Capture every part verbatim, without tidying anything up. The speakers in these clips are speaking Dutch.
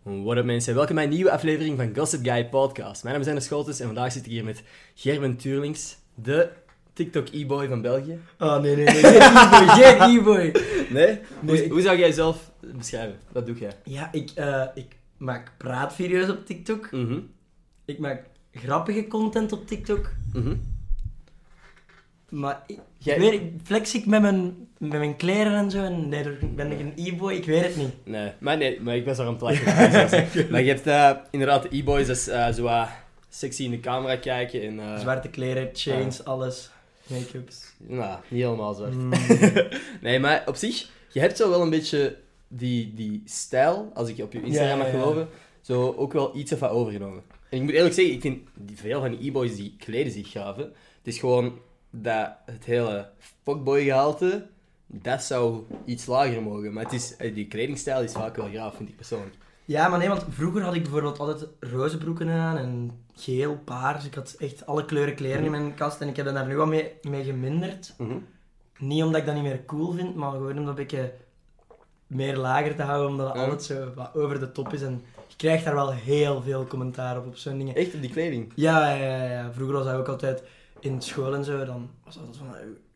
What up mensen, welkom bij een nieuwe aflevering van Gossip Guy Podcast. Mijn naam is Ender Scholtes en vandaag zit ik hier met Gerben Tuurlings, de TikTok e-boy van België. Oh nee, nee, nee, geen e-boy, geen e-boy. Nee? Nee. Hoe, hoe zou jij jezelf beschrijven? Wat doe jij? Ja, ik, uh, ik maak praatvideo's op TikTok. Mm-hmm. Ik maak grappige content op TikTok. Mm-hmm. Maar ik, Jij... ik weet, ik flex ik met mijn, met mijn kleren en zo en daardoor ben ik een e-boy, ik weet het niet. Nee, maar, nee, maar ik ben zo aan het lachen. Maar je hebt uh, inderdaad de e-boys, dat is uh, zo uh, sexy in de camera kijken. En, uh, Zwarte kleren, chains, uh, alles. Make-ups. Nou, niet helemaal zwart. Mm. Nee, maar op zich, je hebt zo wel een beetje die, die stijl, als ik je op je Instagram Ja, mag ja, ja. geloven, zo ook wel iets ervan overgenomen. En ik moet eerlijk zeggen, ik vind die, veel van die e-boys die kleden zich gaven. Het is gewoon dat het hele fuckboy gehalte, dat zou iets lager mogen. Maar het is, die kledingstijl is vaak wel gaaf, vind ik persoonlijk. Ja, maar nee, want vroeger had ik bijvoorbeeld altijd roze broeken aan en geel, paars. Ik had echt alle kleuren kleren in mijn kast en ik heb daar nu wat mee, mee geminderd. Mm-hmm. Niet omdat ik dat niet meer cool vind, maar gewoon omdat ik het meer lager te houden, omdat het Ja. altijd zo wat over de top is. En je krijgt daar wel heel veel commentaar op, op zo'n dingen. Echt op die kleding? Ja, ja, ja, ja. Vroeger was dat ook altijd in school en zo, dan was dat altijd van...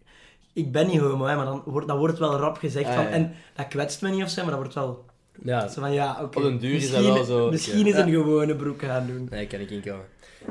Ik ben niet homo, hè, maar dan wordt, dat wordt wel rap gezegd. Ah, van, ja. En dat kwetst me niet of zo, maar dat wordt wel... Ja. Zo van, ja, oké. Op den duur is dat misschien- wel zo, Misschien oké. is een Ja. gewone broek gaan doen. Nee, kan ik inkomen.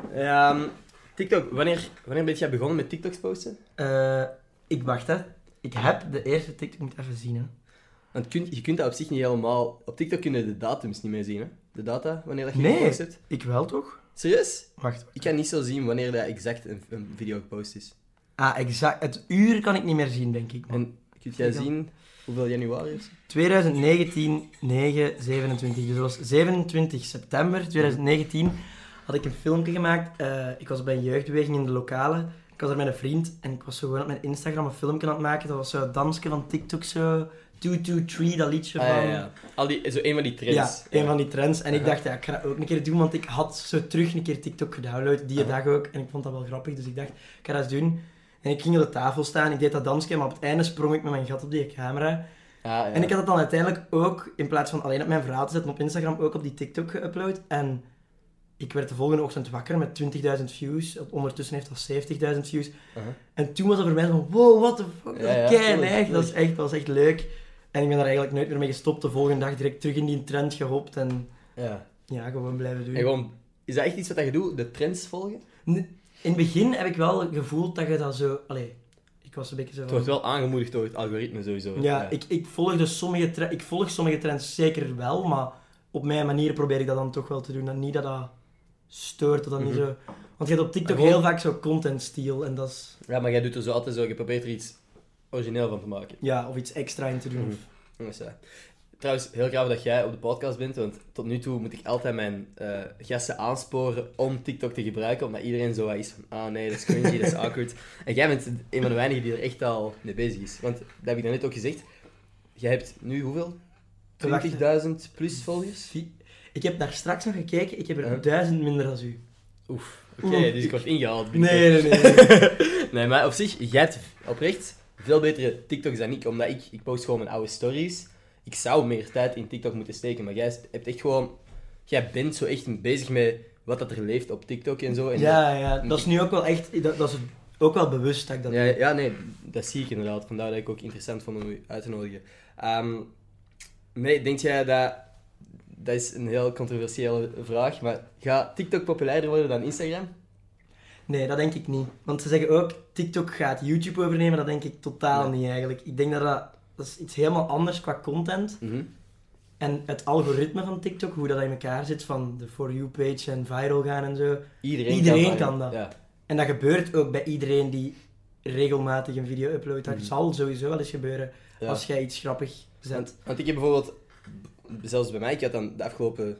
Um, TikTok, wanneer, wanneer ben jij begonnen met TikToks posten? Uh, ik wacht, hè. Ik heb de eerste TikTok, ik moet even zien, hè. Want je kunt, je kunt dat op zich niet helemaal... Op TikTok kun je de datums niet meer zien, hè? De data, wanneer dat je Nee. gepost hebt. Ik wel, toch? Serieus? Wacht. Ik kan niet zo zien wanneer dat exact een, een video gepost is. Ah, exact. Het uur kan ik niet meer zien, denk ik. En kunt jij Ik kan- zien hoeveel januari is? twintig negentien, negen, zevenentwintig. Dus dat was zevenentwintig september twintig negentien. Had ik een filmpje gemaakt. Uh, ik was bij een jeugdbeweging in de lokale. Ik was er met een vriend en ik was zo gewoon op mijn Instagram een filmpje aan het maken. Dat was zo het dansje van TikTok, zo twee twee drie, dat liedje Ah, van... ja, ja. Al die, zo een van die trends. Ja, een van die trends. En ik Aha. dacht, ja, ik ga dat ook een keer doen, want ik had zo terug een keer TikTok gedownload, die Aha. dag ook. En ik vond dat wel grappig, dus ik dacht, ik ga dat eens doen. En ik ging op de tafel staan, ik deed dat dansje, maar op het einde sprong ik met mijn gat op die camera. Ah, ja. En ik had het dan uiteindelijk ook, in plaats van alleen op mijn verhaal te zetten op Instagram, ook op die TikTok geüpload. En ik werd de volgende ochtend wakker met twintigduizend views. Ondertussen heeft dat zeventigduizend views. Aha. En toen was het voor mij van, wow, what the fuck, dat Ja, ja, is kei tuurlijk, neig. Dat is tuurlijk. echt, dat was echt leuk. En ik ben daar eigenlijk nooit meer mee gestopt. De volgende dag direct terug in die trend gehopt en Ja. ja, gewoon blijven doen. En gewoon, is dat echt iets wat je doet? De trends volgen? In het begin heb ik wel gevoeld dat je dat zo... Allee, ik was een beetje zo Het van... wordt wel aangemoedigd door het algoritme sowieso. Ja, Ik, ik, volg dus sommige tre- ik volg sommige trends zeker wel, maar op mijn manier probeer ik dat dan toch wel te doen. Dat niet dat dat stoort, dat dat niet Mhm. zo... Want je hebt op TikTok Gewoon- heel vaak zo content steal en dat is... Ja, maar jij doet er zo altijd zo, je probeert er iets origineel van te maken. Ja, of iets extra in te doen. Mhm. Dat is, ja. Trouwens, heel graag dat jij op de podcast bent, want tot nu toe moet ik altijd mijn uh, gasten aansporen om TikTok te gebruiken, omdat iedereen zo wat is van, ah nee, dat is cringy, dat is awkward. En jij bent een van de weinigen die er echt al mee bezig is. Want, dat heb ik net ook gezegd, jij hebt nu hoeveel? twintigduizend plus volgers? Vi- Ik heb daar straks nog gekeken, ik heb er Uh-huh. duizend minder dan u. Oef, oké, Oeh, dus ik word ingehaald. Nee, nee, nee. nee. Nee, maar op zich, jij hebt oprecht veel betere TikToks dan ik, omdat ik, ik post gewoon mijn oude stories. Ik zou meer tijd in TikTok moeten steken, maar jij hebt echt gewoon... Jij bent zo echt bezig met wat dat er leeft op TikTok en zo. En Ja, ja, dat is nu ook wel echt... Dat, dat is ook wel bewust dat ik dat ja, doe. ja, nee, dat zie ik inderdaad. Vandaar dat ik ook interessant vond om u uit te nodigen. Ehm, nee, denk jij dat... Dat is een heel controversiële vraag, maar gaat TikTok populairder worden dan Instagram? Nee, dat denk ik niet. Want ze zeggen ook, TikTok gaat YouTube overnemen. Dat denk ik totaal Nee. niet eigenlijk. Ik denk dat dat... Dat is iets helemaal anders qua content. Mhm. En het algoritme van TikTok, hoe dat in elkaar zit, van de For You-page en viral gaan en zo. Iedereen, Iedereen kan, kan dat. Ja. En dat gebeurt ook bij iedereen die regelmatig een video uploadt. Dat Mhm. zal sowieso wel eens gebeuren Ja. als jij iets grappig zet. Want, want ik heb bijvoorbeeld, zelfs bij mij, ik had dan de afgelopen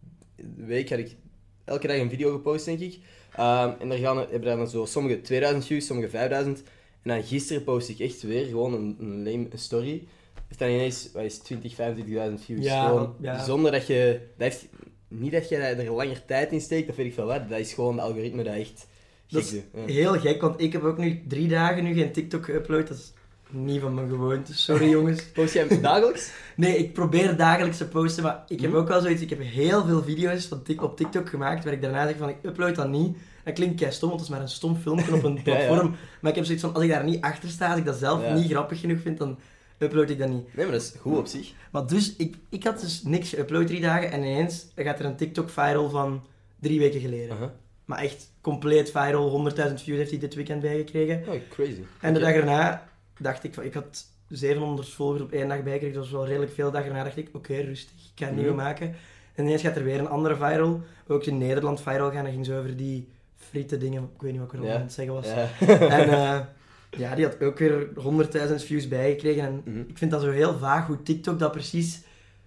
week had ik elke dag een video gepost, denk ik. Um, en daar gaan, hebben dan zo sommige tweeduizend views, sommige vijfduizend. En dan gisteren post ik echt weer gewoon een, een lame story. Heeft dan ineens, wat is het, twintig, vijfentwintigduizend views. Ja, gewoon, ja. Zonder dat je, dat heeft, niet dat je er langer tijd in steekt, of weet ik veel wat. Dat is gewoon de algoritme dat echt Dat gek is doet. Ja. heel gek, want ik heb ook nu drie dagen nu geen TikTok geüpload. Dat is niet van mijn gewoonte. Sorry jongens. Post jij hem dagelijks? Nee, ik probeer dagelijks te posten, maar ik heb Hm? ook wel zoiets. Ik heb heel veel video's van tik- op TikTok gemaakt waar ik daarna zeg van ik upload dat niet. Dat klinkt kei stom, want het is maar een stom filmpje op een Ja, platform. ja. Maar ik heb zoiets van, als ik daar niet achter sta, als ik dat zelf Ja. niet grappig genoeg vind, dan upload ik dat niet. Nee, maar dat is goed op zich. Maar dus, ik, ik had dus niks geüpload drie dagen en ineens gaat er een TikTok viral van drie weken geleden. Uh-huh. Maar echt compleet viral, honderdduizend views heeft hij dit weekend bijgekregen. Oh, crazy. En de Oké. dag erna dacht ik van, ik had zevenhonderd volgers op één dag bijgekregen, dat was wel redelijk veel. De dag erna dacht ik, oké, rustig, ik ga een nieuwe Mhm. maken. En ineens gaat er weer een andere viral, ook in Nederland viral gaan, dat ging zo over die friete dingen, ik weet niet wat ik er Ja. aan het zeggen was. Ja. En eh, ja, die had ook weer honderdduizend views bijgekregen. En Mhm. ik vind dat zo heel vaag hoe TikTok dat precies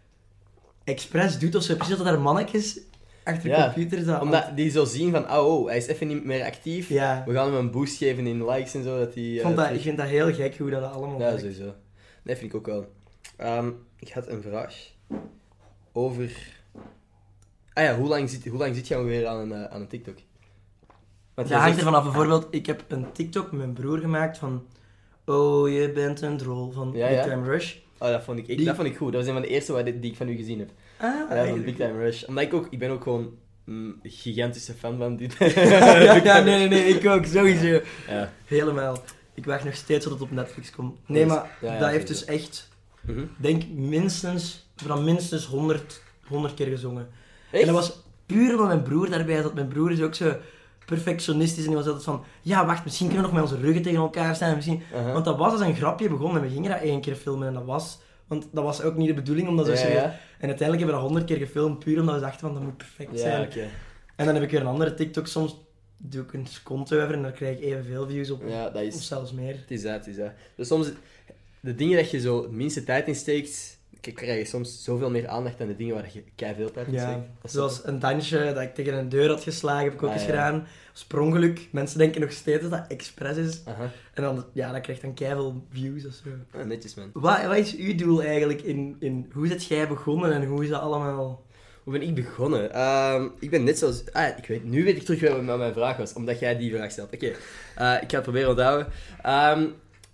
expres doet, of zo. Precies dat er mannetjes achter Ja, computers dat... Omdat die zo zien van, oh, oh, hij is even niet meer actief. Ja, We gaan hem een boost geven in likes en zo. Dat hij, ik, eh, vond dat, terug- ik vind dat heel gek hoe dat allemaal Ja, werkt. sowieso. Nee, vind ik ook wel. Ehm, ik had een vraag over... Ah ja, hoe lang zit, hoe lang zit je ongeveer aan een, eh, aan een TikTok? Want Dat jij hangt zegt- ervan af. Bijvoorbeeld, ik heb een TikTok met mijn broer gemaakt van... Oh, je bent een drol van Ja, Big ja. Time Rush. Oh, dat vond ik, ik, Die- dat vond ik goed. Dat was een van de eerste waar, die ik van u gezien heb. Ah, Ja, van eigenlijk. Big Time Rush. Omdat ik ook... Ik ben ook gewoon een gigantische fan van dit. ja, ja, nee, nee, nee, ik ook, sowieso. Ja. Helemaal. Ik wacht nog steeds tot het op Netflix komt. Nee, Ja, maar ja, dat heeft sowieso. dus echt... Mhm. denk minstens, van minstens honderd, honderd keer gezongen. Echt? En dat was puur omdat mijn broer daarbij zat. Mijn broer is ook zo perfectionistisch en die was altijd van, ja wacht, misschien kunnen we nog met onze ruggen tegen elkaar staan. Misschien... Aha. Want dat was als een grapje begonnen en we gingen dat één keer filmen en dat was, want dat was ook niet de bedoeling om dat zo Ja, serieus... ja. En uiteindelijk hebben we dat honderd keer gefilmd puur omdat we dachten van, dat moet perfect zijn. Ja, oké. En dan heb ik weer een andere TikTok, soms doe ik een seconde over en dan krijg ik evenveel views op, Ja, dat of is... zelfs meer. Het is dat, het is dat. Dus soms, de dingen dat je zo het minste tijd in steekt, k- krijg je soms zoveel meer aandacht dan de dingen waar je keiveel tijd in Ja, steekt. Dat is zoals een dansje dat ik tegen een deur had geslagen, heb ik ook Ah, eens ja. gedaan. Sprongeluk. Mensen denken nog steeds dat dat expres is. Aha. En dan, ja, dat krijgt dan keiveel views of zo. Ah, netjes, man. Wat, wat is uw doel eigenlijk in, in... Hoe zit jij begonnen en hoe is dat allemaal... Hoe ben ik begonnen? Ehm, ik ben net zoals... Ah, ik weet, nu weet ik terug wat mijn vraag was, omdat jij die vraag stelt. Oké, eh, ik ga het proberen onthouden. Ehm,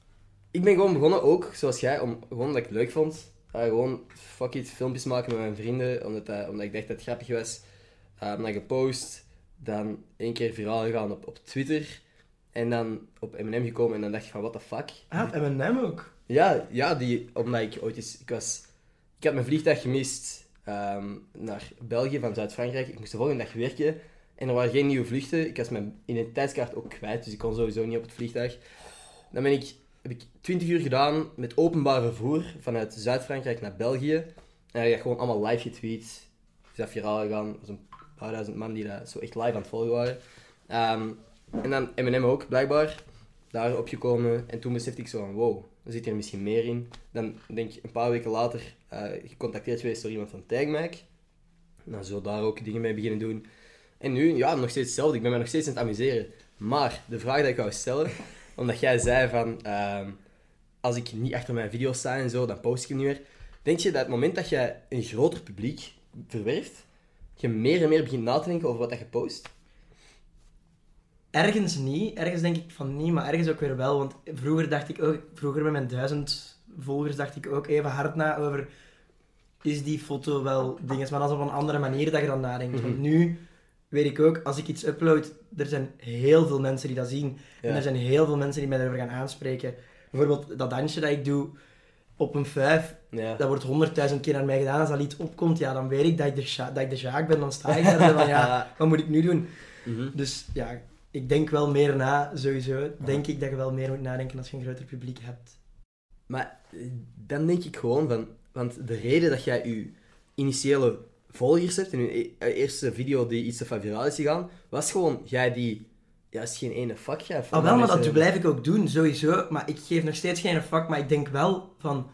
ik ben gewoon begonnen, ook zoals jij, om, gewoon omdat ik het leuk vond. Eh, gewoon, fuck it, filmpjes maken met mijn vrienden, omdat, dat- omdat ik dacht dat het grappig was. Uh, dan gepost, dan één keer viraal gegaan op, op Twitter. En dan op M en M gekomen en dan dacht ik van, what the fuck? Ah, en M en M ook. Ja, ja die, omdat ik ooit eens... Ik, was, ik had mijn vliegtuig gemist ehm, naar België van Zuid-Frankrijk. Ik moest de volgende dag werken en er waren geen nieuwe vluchten. Ik was mijn identiteitskaart ook kwijt, dus ik kon sowieso niet op het vliegtuig. Dan ben ik, heb ik twintig uur gedaan met openbaar vervoer vanuit Zuid-Frankrijk naar België. En ik heb gewoon allemaal live getweet. Is dat viraal gegaan. Er was een paar duizend man die dat zo echt live aan het volgen waren. Ehm, en dan M en M ook, blijkbaar. Daar opgekomen. En toen besefte ik zo van, wow, er zit hier misschien meer in. Dan denk ik een paar weken later uh, gecontacteerd geweest door iemand van Tagmac. En dan zo daar ook dingen mee beginnen doen. En nu, ja, nog steeds hetzelfde. Ik ben me nog steeds aan het amuseren. Maar de vraag die ik wou stellen, omdat jij zei van, uh, als ik niet achter mijn video's sta en zo, dan post ik hem niet meer. Denk je dat het moment dat jij een groter publiek verwerft, je meer en meer begint na te denken over wat dat je post? Ergens niet. Ergens denk ik van niet, maar ergens ook weer wel. Want vroeger dacht ik ook... Vroeger met mijn duizend volgers dacht ik ook even hard na over... Is die foto wel dinges? Maar dat is op een andere manier dat je dan nadenkt. Mm-hmm. Want nu weet ik ook, als ik iets upload, er zijn heel veel mensen die dat zien. Ja. En er zijn heel veel mensen die mij daarover gaan aanspreken. Bijvoorbeeld dat dansje dat ik doe op een vijf, Ja. dat wordt honderdduizend keer naar mij gedaan. Als dat lied opkomt, ja, dan weet ik dat ik de, Sja- dat ik de Sjaak ben. Dan sta ik daar en van, ja, wat moet ik nu doen? Mm-hmm. Dus ja, ik denk wel meer na, sowieso. Denk ik dat je wel meer moet nadenken als je een groter publiek hebt. Maar eh, dan denk ik gewoon van... Want de reden dat jij je initiële volgers hebt in je e- eh, eerste video die iets te van viraal is gegaan, was gewoon jij die juist geen ene fuck gaf. Ah, wel, maar dat blijf ik ook doen, sowieso. Maar ik geef nog steeds geen fuck, maar ik denk wel van...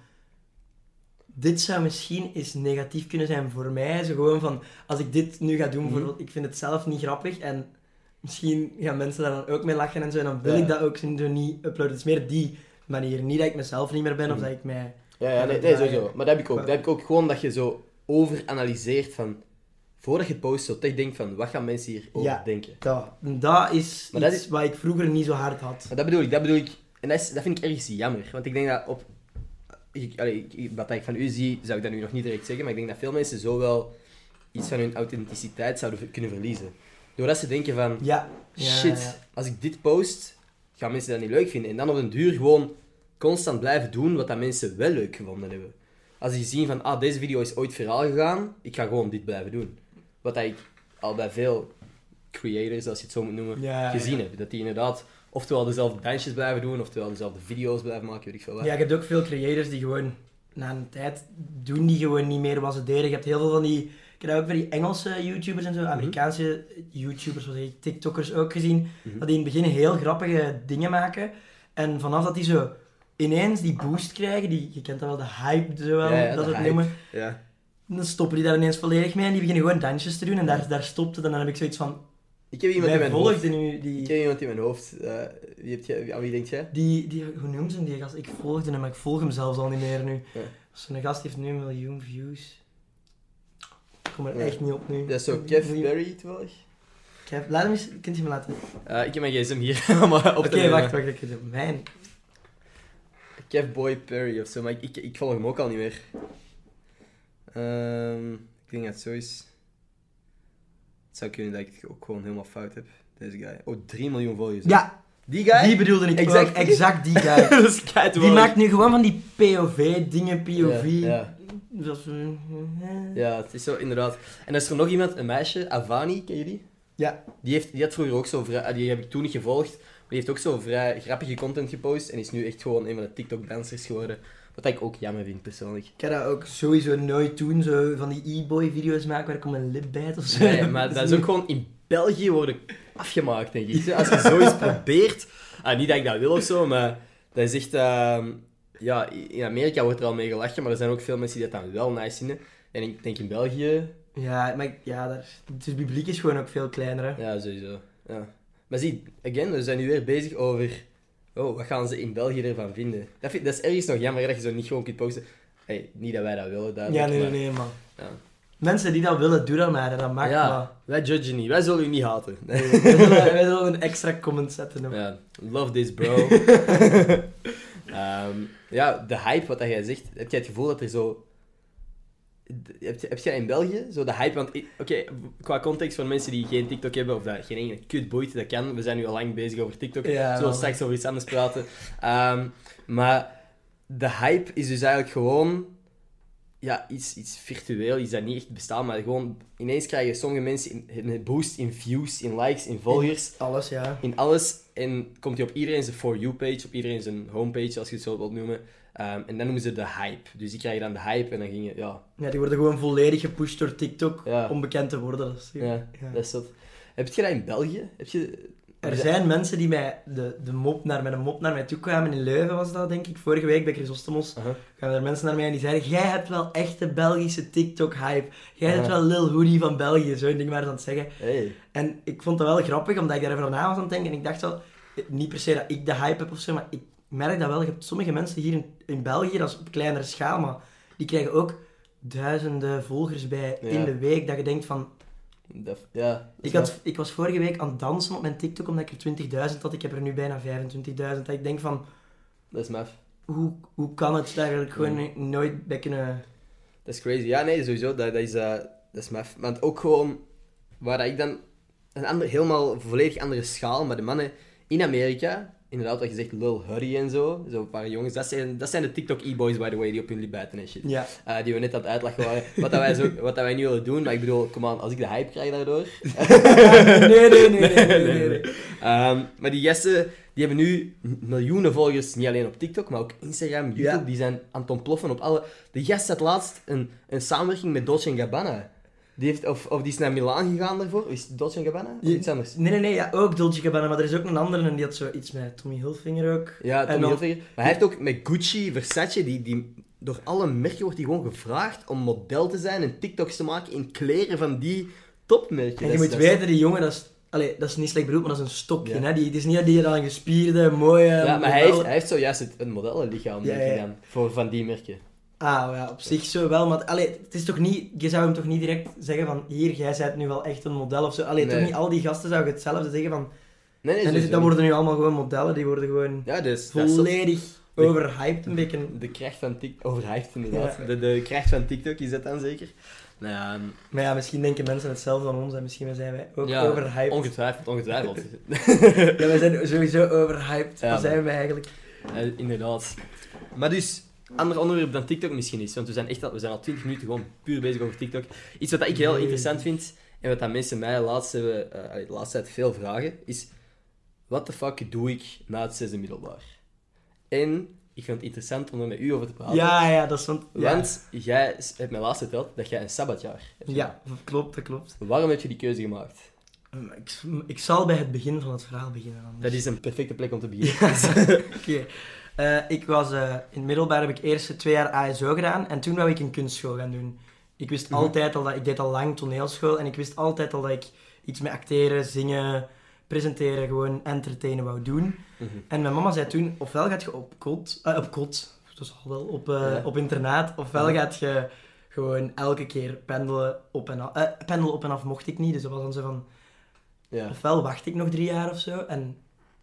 Dit zou misschien eens negatief kunnen zijn voor mij. Zo gewoon van, als ik dit nu ga doen, Mhm. bijvoorbeeld, ik vind het zelf niet grappig en misschien gaan mensen daar dan ook mee lachen en zo, en dan wil Ja. ik dat ook zo niet uploaden. Het is meer die manier. Niet dat ik mezelf niet meer ben, of Mhm. dat ik mij... Ja, ja, nee, nee, sowieso. Maar dat heb ik ook. Dat heb ik ook gewoon dat je zo overanalyseert van... Voordat je het post, zo toch denkt van, wat gaan mensen hier over Ja. denken? Dat, dat is Maar dat iets is- wat ik vroeger niet zo hard had. Maar dat bedoel ik, dat bedoel ik... En dat, is, dat vind ik ergens jammer. Want ik denk dat op... Ik, allee, ik, wat ik van u zie, zou ik dat nu nog niet direct zeggen, maar ik denk dat veel mensen zo wel iets van hun authenticiteit zouden v- kunnen verliezen. Doordat ze denken van... Ja. Ja, Shit, ja. als ik dit post, gaan mensen dat niet leuk vinden. En dan op den duur gewoon constant blijven doen wat dat mensen wel leuk gevonden hebben. Als die zien van, ah, deze video is ooit viraal gegaan, ik ga gewoon dit blijven doen. Wat dat ik al bij veel creators, als je het zo moet noemen, Ja, gezien ja. heb. Dat die inderdaad oftewel dezelfde dansjes blijven doen, oftewel dezelfde video's blijven maken, weet ik veel wat. Ja, je hebt ook veel creators die gewoon na een tijd doen die gewoon niet meer wat ze deden. Je hebt heel veel van die... Ik heb dat ook bij die Engelse YouTubers en zo, Amerikaanse YouTubers, zoals ik, TikTokkers ook gezien, Mhm. dat die in het begin heel grappige dingen maken. En vanaf dat die zo ineens die boost krijgen, die, je kent dat wel, de hype, zo wel, Ja, ja, dat de ze het hype. noemen. Ja. Dan stoppen die daar ineens volledig mee en die beginnen gewoon dansjes te doen. En daar, daar stopte dan. Dan heb ik zoiets van, Ik heb iemand in wij mijn hoofd. volgden nu Ik die... heb iemand in mijn hoofd. Uh, wie heb je, aan wie denk jij? Die, die, hoe noemen ze hem, die gast? Ik volgde hem, maar ik volg hem zelfs al niet meer nu. Ja. Zo'n gast heeft nu een miljoen views. Ik kom er Ja. echt niet op nu. Dat is zo Kev Miljoen- Berry toevallig. Kev, laat hem eens, kunt je me laten? Uh, ik heb mijn gsm hier. maar op Oké, de wacht, wacht, ik heb mijn. Kev Boy Perry of zo, maar ik, ik, ik volg hem ook al niet meer. Ehm, ik denk dat het zo is. Het zou kunnen dat ik het ook gewoon helemaal fout heb. Deze guy. Oh, drie miljoen volgers. Ja, Die guy? die bedoelde ik Exact. ook. Exact die guy. Dat is kei Die toevallig. maakt nu gewoon van die P O V-dingen, P O V. Ja, ja. Dat is, eh, Ja, het is zo, inderdaad. En dan is er nog iemand, een meisje, Avani, ken je die? Ja. Die, heeft, die had vroeger ook zo vrij... Die heb ik toen niet gevolgd, maar die heeft ook zo vrij grappige content gepost en is nu echt gewoon een van de TikTok-dansers geworden. Wat ik ook jammer vind, persoonlijk. Ik ga dat ook sowieso nooit doen, zo van die e-boy-video's maken waar ik om mijn lip bijt of zo. Nee, maar dat is ook gewoon in België worden afgemaakt, denk ik. Als je zoiets probeert... Ah, niet dat ik dat wil of zo, maar dat is echt... ehm, ja, in Amerika wordt er al mee gelachen, maar er zijn ook veel mensen die dat dan wel nice vinden. En ik denk in België... Ja, maar ik- ja, daar, het publiek is gewoon ook veel kleiner, hè. Ja, sowieso. Ja. Maar zie, again, we zijn nu weer bezig over... Oh, wat gaan ze in België ervan vinden? Dat, vind, dat is ergens nog jammer dat je zo niet gewoon kunt posten. Hey, niet dat wij dat willen, duidelijk. Ja, nee, nee, maar- nee, man. Ja. Mensen die dat willen, doe dat maar, hè. Dat mag Ja, maar. wij judgen niet. Wij zullen u niet haten. Wij zullen, wij zullen een extra comment zetten. Ook. Ja, love this, bro. Ehm, ja, de hype, wat dat jij zegt, heb jij het gevoel dat er zo... Heb, je- heb jij in België zo de hype? Want, i- oké, qua context voor mensen die geen TikTok hebben, of dat geen ene kut boeit, dat kan. We zijn nu al lang bezig over TikTok. Ja, We zullen wel. straks over iets anders praten. Ehm, maar de hype is dus eigenlijk gewoon... Ja, iets, iets virtueel, iets dat niet echt bestaat, maar gewoon... Ineens krijgen sommige mensen in- een boost in views, in likes, in volgers. Alles, ja. In alles. En komt hij op iedereen zijn For You-page, op iedereen zijn homepage, als je het zo wilt noemen. Ehm, en dan noemen ze de hype. Dus die krijgen dan de hype en dan ging je... Ja, Ja, die worden gewoon volledig gepusht door TikTok Ja. om bekend te worden. Dat is, ja, ja. dat is dat. Heb je dat in België? Heb je... Er zijn mensen die mij de, de mop naar, met een mop naar mij toe kwamen. In Leuven was dat, denk ik. Vorige week bij Chrysostomos Aha. kwamen er mensen naar mij en die zeiden: jij hebt wel echt de Belgische TikTok-hype. Jij hebt Aha. wel Lil Hoodie van België. Zo'n ding waren ze aan het zeggen. Hey. En ik vond dat wel grappig, omdat ik daar even na was aan het denken. En ik dacht wel, niet per se dat ik de hype heb of zo, maar ik merk dat wel. Je hebt sommige mensen hier in, in België, dat is op kleinere schaal, maar die krijgen ook duizenden volgers bij Ja. in de week. Dat je denkt van... Dat, ja, dat is Ik, had, ik was vorige week aan het dansen op mijn TikTok, omdat ik er twintigduizend had. Ik heb er nu bijna vijfentwintigduizend. Dat ik denk van, Dat is maf. hoe, hoe kan het daar ik gewoon Ja. nooit bij kunnen... Dat is crazy. Ja, nee, sowieso. Dat, dat, is, eh, dat is maf. Want ook gewoon... Waar dat ik dan... Een ander, helemaal volledig andere schaal. Maar de mannen in Amerika... Inderdaad, wat je zegt, Lil Hurry en zo. Zo'n paar jongens. Dat zijn, dat zijn de TikTok e-boys, by the way, die op hun lip bijten en shit. Ja. Eh, die we net aan het uitleggen waren. Wat, dat wij zo, wat dat wij nu willen doen. Maar ik bedoel, kom aan, als ik de hype krijg daardoor... nee, nee, nee, nee, nee, nee, nee. Ehm, maar die gasten, die hebben nu miljoenen volgers, niet alleen op TikTok, maar ook Instagram, YouTube. Ja. Die zijn aan het ontploffen op alle... De gast had laatst een, een samenwerking met Dolce en Gabbana. Die heeft, of, of die is naar Milaan gegaan daarvoor. Is het Dolce en Gabbana? Of Je- iets anders? Nee, nee, nee, ja, ook Dolce Gabbana, maar er is ook een andere en die had zoiets met Tommy Hilfiger ook. Ja, En Tommy dan- Hilfiger. Maar hij heeft ook met Gucci, Versace, die, die, door alle merken wordt die gewoon gevraagd om model te zijn en TikToks te maken in kleren van die topmerken. En Dat je is- moet dat is- weten, die jongen, dat is, allee, dat is niet slecht bedoeld, maar dat is een stokje. Ja. Hè? Die, het is niet dat die dan een gespierde, mooie... Ja, maar hij model- heeft, hij heeft zojuist het, een modellenlichaam, Ja, denk ik ja. dan, voor, van die merken. Ah, ja, op zich zo wel, maar allee, het is toch niet... Je zou hem toch niet direct zeggen van, hier, jij bent nu wel echt een model of zo. Allee, Nee. toch niet al die gasten zouden hetzelfde zeggen van... Nee, nee, en dus, sowieso dat niet. worden nu allemaal gewoon modellen, die worden gewoon Ja, dus... dat is volledig de- overhyped een beetje. De kracht van TikTok... Overhyped, inderdaad. Ja. De, de kracht van TikTok is dat dan zeker? Nou ja, um, Maar ja, misschien denken mensen hetzelfde van ons en misschien zijn wij ook ja, overhyped. ongetwijfeld, ongetwijfeld. Ja, wij zijn sowieso overhyped. Ja, Dat zijn maar- wij eigenlijk. Eh, inderdaad. Maar dus, ander onderwerp dan TikTok misschien is, want we zijn echt al, we zijn al twintig minuten gewoon puur bezig over TikTok. Iets wat ik heel Nee. interessant vind, en wat dat mensen mij de laatste, hebben, eh, de laatste tijd veel vragen, is... Wat de fuck doe ik na het zesde middelbaar? En ik vind het interessant om er met u over te praten. Ja, ja, dat is want... Ja. Want jij hebt mij laatst verteld dat jij een sabbatjaar hebt gedaan. Ja, klopt, dat klopt. Waarom heb je die keuze gemaakt? Ik, ik zal bij het begin van het verhaal beginnen. Anders. Dat is een perfecte plek om te beginnen. Oké. Eh, ik was... eh, in het middelbaar heb ik eerst twee jaar A S O gedaan en toen wou ik een kunstschool gaan doen. Ik wist Mhm. altijd al dat... Ik deed al lang toneelschool en ik wist altijd al dat ik iets met acteren, zingen, presenteren, gewoon entertainen wou doen. Mhm. En mijn mama zei toen, ofwel gaat je op kot... eh, op kot, dat is al wel, op, eh, Ja. op internaat, ofwel Ja. gaat je gewoon elke keer pendelen op en af. eh, pendelen op en af mocht ik niet, dus dat was dan zo van... Ja. Ofwel wacht ik nog drie jaar of zo en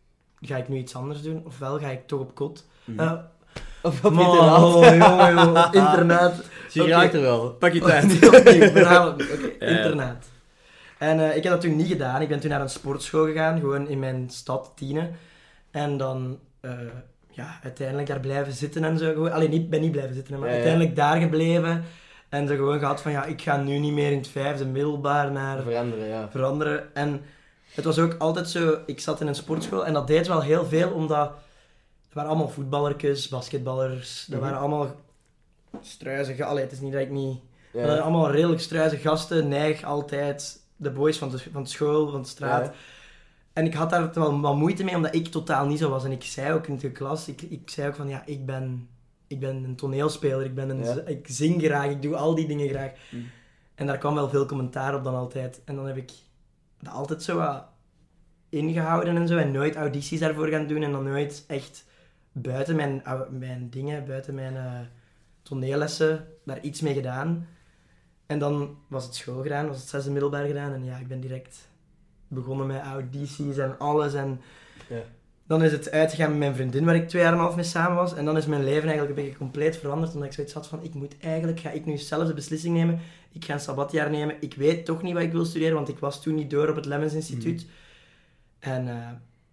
ga ik nu iets anders doen, ofwel ga ik toch op kot. Mhm. Eh, Of op man, internaat. oh, jongen, jongen, op internaat. Je Oké. raakt er wel. Pak je tijd. Niet opnieuw, verhaal opnieuw. Oké, Ja. internaat. En eh, ik heb dat toen niet gedaan. Ik ben toen naar een sportschool gegaan, gewoon in mijn stad, Tiene. En dan, eh, ja, uiteindelijk daar blijven zitten en zo. Gewoon, allee, niet, ben niet blijven zitten, hè, maar Ja, ja. uiteindelijk daar gebleven. En zo gewoon gehad van, ja, ik ga nu niet meer in het vijfde middelbaar naar Veranderen, ja. veranderen. En het was ook altijd zo, ik zat in een sportschool en dat deed wel heel veel, omdat er waren allemaal voetballertjes, basketballers, dat Mhm. waren allemaal struizige, allee, het is niet dat ik niet... Ja. Dat waren allemaal redelijk struizige gasten, neig altijd, de boys van de, van de school, van de straat. Ja. En ik had daar wel wat moeite mee, omdat ik totaal niet zo was. En ik zei ook in de klas, ik, ik zei ook van, ja, ik ben, ik ben een toneelspeler, ik, ben een, Ja. z- ik zing graag, ik doe al die dingen graag. Mm. En daar kwam wel veel commentaar op dan altijd. En dan heb ik dat altijd zo wat ingehouden en zo, en nooit audities daarvoor gaan doen, en dan nooit echt buiten mijn, au- mijn dingen, buiten mijn eh, toneellessen, daar iets mee gedaan. En dan was het school gedaan, was het zesde middelbaar gedaan, en ja, ik ben direct begonnen met audities en alles. En Ja. dan is het uitgegaan met mijn vriendin, waar ik twee jaar en een half mee samen was. En dan is mijn leven eigenlijk een beetje compleet veranderd, omdat ik zoiets had van, ik moet eigenlijk, ga ik nu zelf de beslissing nemen. Ik ga een sabbatjaar nemen. Ik weet toch niet wat ik wil studeren, want ik was toen niet door op het Lemmens Instituut. En eh,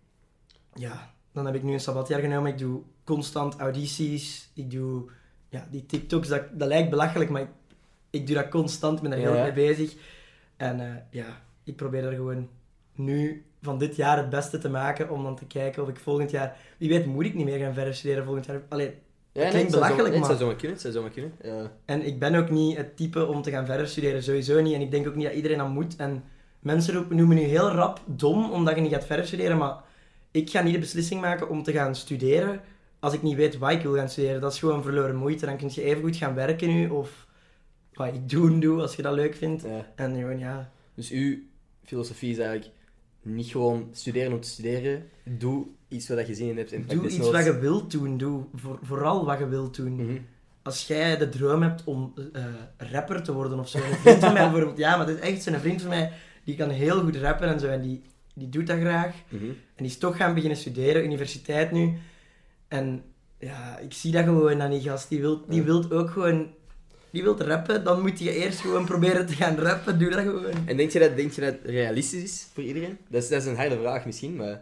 ja, dan heb ik nu een sabbatjaar genomen. Ik doe constant audities. Ik doe ja, die TikToks, dat, dat lijkt belachelijk, maar ik, ik doe dat constant. Ik ben daar heel Ja, erg ja. mee bezig. En eh, ja, ik probeer er gewoon nu van dit jaar het beste te maken, om dan te kijken of ik volgend jaar... Wie weet moet ik niet meer gaan verder studeren volgend jaar. Allee, Ja, Het nee, klinkt het zou zo- belachelijk, nee, het maar- zou zomaar kunnen, het zou zomaar kunnen. Ja. en ik ben ook niet het type om te gaan verder studeren, sowieso niet. En ik denk ook niet dat iedereen dat moet. En mensen roepen- noemen nu heel rap dom omdat je niet gaat verder studeren, maar ik ga niet de beslissing maken om te gaan studeren als ik niet weet wat ik wil gaan studeren. Dat is gewoon verloren moeite. Dan kun je even goed gaan werken nu, of wat ik doen doe, als je dat leuk vindt. Ja. En gewoon, ja... Dus uw filosofie is eigenlijk niet gewoon studeren om te studeren. Doe iets wat je zin in hebt en pak Doe desnoods- iets wat je wilt doen. Doe voor, vooral wat je wilt doen. Mhm. Als jij de droom hebt om eh, rapper te worden of zo. Een vriend van mij bijvoorbeeld, ja, maar het is echt zo'n vriend van mij, die kan heel goed rappen en zo. En die, die doet dat graag. Mhm. En die is toch gaan beginnen studeren, universiteit nu. En ja, ik zie dat gewoon aan die gast. Die wil die Ja. wilt ook gewoon... Die wilt rappen, dan moet je eerst gewoon proberen te gaan rappen. Doe dat gewoon. En denk je, dat, denk je dat het realistisch is voor iedereen? Dat is, dat is een harde vraag misschien, maar...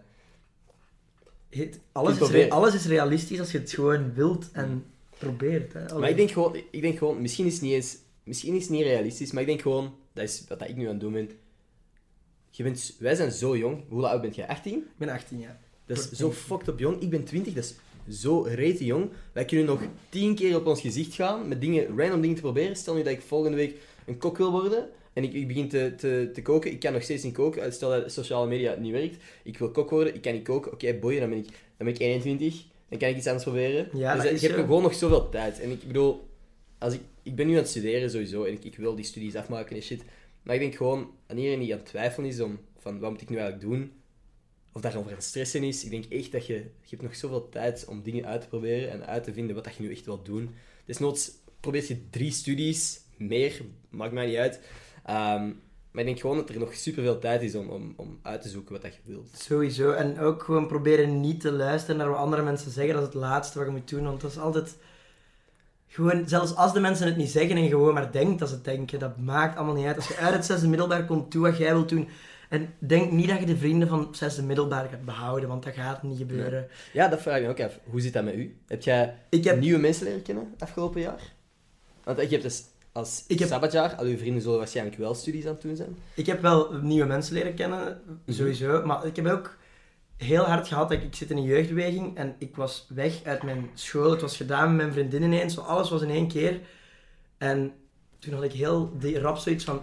Het- alles, is proberen. re- alles is realistisch als je het gewoon wilt en probeert. Hè. Allee. Maar ik denk gewoon, ik denk gewoon misschien is het niet eens... Misschien is het niet realistisch, maar ik denk gewoon... Dat is wat ik nu aan het doen ben. Je bent, wij zijn zo jong. Hoe oud bent jij? achttien? Ik ben achttien jaar. Dat is Word zo twintig. fucked up jong. Ik ben twintig, dat is zo rete jong. Wij kunnen nog tien keer op ons gezicht gaan met dingen, random dingen te proberen. Stel nu dat ik volgende week een kok wil worden en ik, ik begin te, te, te koken. Ik kan nog steeds niet koken. Stel dat sociale media niet werkt. Ik wil kok worden, ik kan niet koken. Oké, boy, dan ben ik, dan ben ik eenentwintig. Dan kan ik iets anders proberen. Ja, dus dat ik is heb zo. gewoon nog zoveel tijd. En ik bedoel, als ik, ik ben nu aan het studeren sowieso en ik, ik wil die studies afmaken en shit. Maar ik denk gewoon, aan iedereen die aan het twijfelen is om van wat moet ik nu eigenlijk doen, of daarover aan het stressen is, ik denk echt dat je, je hebt nog zoveel tijd om dingen uit te proberen en uit te vinden wat dat je nu echt wilt doen. Desnoods probeer je drie studies, meer, maakt mij niet uit. Ehm, Maar ik denk gewoon dat er nog superveel tijd is om, om, om uit te zoeken wat dat je wilt. Sowieso. En ook gewoon proberen niet te luisteren naar wat andere mensen zeggen. Dat is het laatste wat je moet doen. Want dat is altijd... Gewoon, zelfs als de mensen het niet zeggen en je gewoon maar denkt dat ze het denken, dat maakt allemaal niet uit. Als je uit het zesde middelbaar komt, doe wat jij wilt doen. En denk niet dat je de vrienden van het zesde middelbaar gaat behouden, want dat gaat niet gebeuren. Nee. Ja, dat vraag ik me ook af. Hoe zit dat met u? Heb jij Ik heb... nieuwe mensen leren kennen afgelopen jaar? Want je hebt dus als Ik heb... sabbatjaar, al uw vrienden zullen waarschijnlijk wel studies aan het doen zijn. Ik heb wel nieuwe mensen leren kennen, sowieso. Mm-hmm. Maar ik heb ook heel hard gehad dat ik, ik zit in een jeugdbeweging en ik was weg uit mijn school. Het was gedaan met mijn vriendin ineens, zo alles was in één keer. En toen had ik heel die rap zoiets van...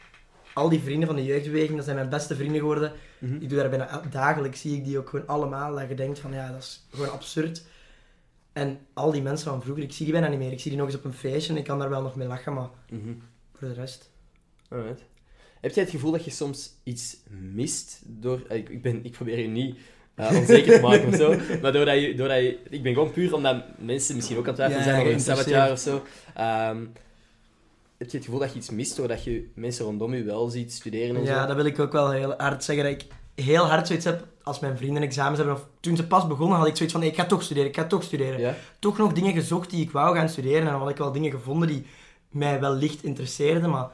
Al die vrienden van de jeugdbeweging, dat zijn mijn beste vrienden geworden. Mm-hmm. Ik doe daar bijna dagelijks, zie ik die ook gewoon allemaal. Dat je denkt van, ja, dat is gewoon absurd. En al die mensen van vroeger, ik zie die bijna niet meer. Ik zie die nog eens op een feestje en ik kan daar wel nog mee lachen, maar mm-hmm. voor de rest... Alright. Heb jij het gevoel dat je soms iets mist door... Ik, ik, ben, ik probeer je niet uh, onzeker te maken of zo, maar doordat je, doordat je... Ik ben gewoon puur omdat mensen misschien ook aan het twijfelen ja, zijn over een sabbatjaar of zo. Um, heb je het gevoel dat je iets mist doordat je mensen rondom je wel ziet studeren en ja, zo? Ja, dat wil ik ook wel heel hard zeggen. Dat ik heel hard zoiets heb als mijn vrienden examens hebben. Of toen ze pas begonnen had ik zoiets van, nee, ik ga toch studeren, ik ga toch studeren. Ja? Toch nog dingen gezocht die ik wou gaan studeren. En dan had ik wel dingen gevonden die mij wel licht interesseerden, maar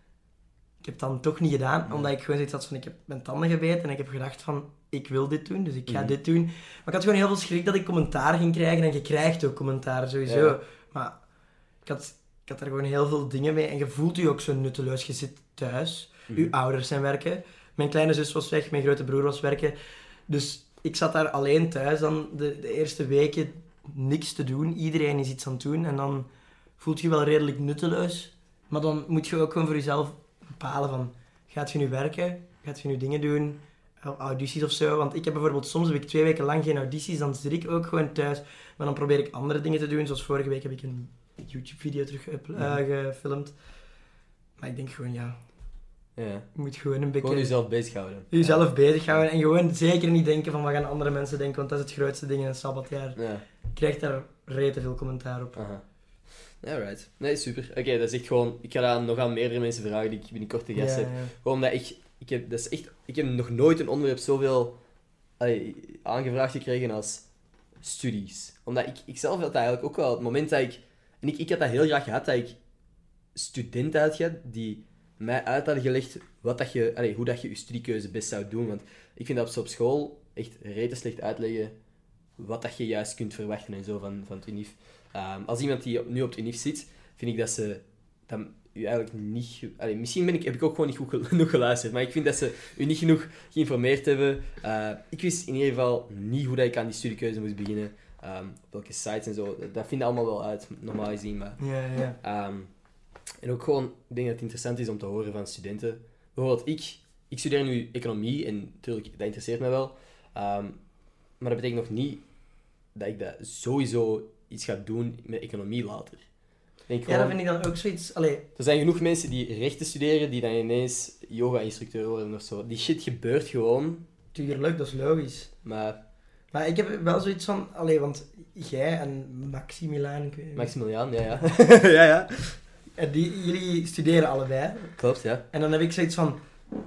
ik heb het dan toch niet gedaan. Nee. Omdat ik gewoon zoiets had van, ik heb mijn tanden gebeten en ik heb gedacht van, ik wil dit doen, dus ik ga mm. dit doen. Maar ik had gewoon heel veel schrik dat ik commentaar ging krijgen. En je krijgt ook commentaar, sowieso. Ja. Maar ik had... Ik had er gewoon heel veel dingen mee. En je voelt je ook zo nutteloos. Je zit thuis. Mm-hmm. Je ouders zijn werken. Mijn kleine zus was weg. Mijn grote broer was werken. Dus ik zat daar alleen thuis dan de, de eerste weken niks te doen. Iedereen is iets aan het doen. En dan voelt je wel redelijk nutteloos. Maar dan moet je ook gewoon voor jezelf bepalen van... Gaat je nu werken? Gaat je nu dingen doen? Audities of zo? Want ik heb bijvoorbeeld... Soms heb ik twee weken lang geen audities. Dan zit ik ook gewoon thuis. Maar dan probeer ik andere dingen te doen. Zoals vorige week heb ik een... YouTube-video terug uh, gefilmd. Maar ik denk gewoon, ja... ja. Je moet gewoon een beetje... Gewoon jezelf bezighouden. Jezelf ja. bezighouden. En gewoon zeker niet denken van, wat gaan andere mensen denken? Want dat is het grootste ding in een sabbatjaar. Ja. Je krijgt daar rete veel commentaar op. Aha. Ja, right. Nee, super. Oké, okay, dat is echt gewoon... Ik ga dat nog aan meerdere mensen vragen die ik binnenkort te gast ja, heb. Ja. Gewoon omdat ik... Ik heb, dat is echt, ik heb nog nooit een onderwerp zoveel allee, aangevraagd gekregen als studies. Omdat ik, ik zelf had dat eigenlijk ook wel... Het moment dat ik... En ik, ik had dat heel graag gehad, dat ik studenten had gehad die mij uit hadden gelegd wat dat je, allee, hoe dat je je studiekeuze best zou doen. Want ik vind dat ze op school echt rete slecht uitleggen wat dat je juist kunt verwachten en zo van, van het unief. Um, als iemand die nu op het unief zit, vind ik dat ze dat u eigenlijk niet... Allee, misschien ben ik, heb ik ook gewoon niet goed genoeg geluisterd, maar ik vind dat ze u niet genoeg geïnformeerd hebben. Uh, ik wist in ieder geval niet hoe dat ik aan die studiekeuze moest beginnen. Um, op welke sites en zo, dat vinden allemaal wel uit, normaal gezien. Maar, ja, ja. Um, en ook gewoon, ik denk dat het interessant is om te horen van studenten. Bijvoorbeeld, ik, ik studeer nu economie en natuurlijk, dat interesseert me wel. Um, maar dat betekent nog niet dat ik dat sowieso iets ga doen met economie later. Denk gewoon, ja, dat vind ik dan ook zoiets... Allee. Er zijn genoeg mensen die rechten studeren, die dan ineens yoga-instructeur worden of zo. Die shit gebeurt gewoon. Tuurlijk, dat is logisch. Maar... Maar ik heb wel zoiets van... Allee, want jij en Maximiliaan... Ik weet Maximiliaan, ja, ja. ja, ja. En die, jullie studeren allebei. Klopt, ja. En dan heb ik zoiets van...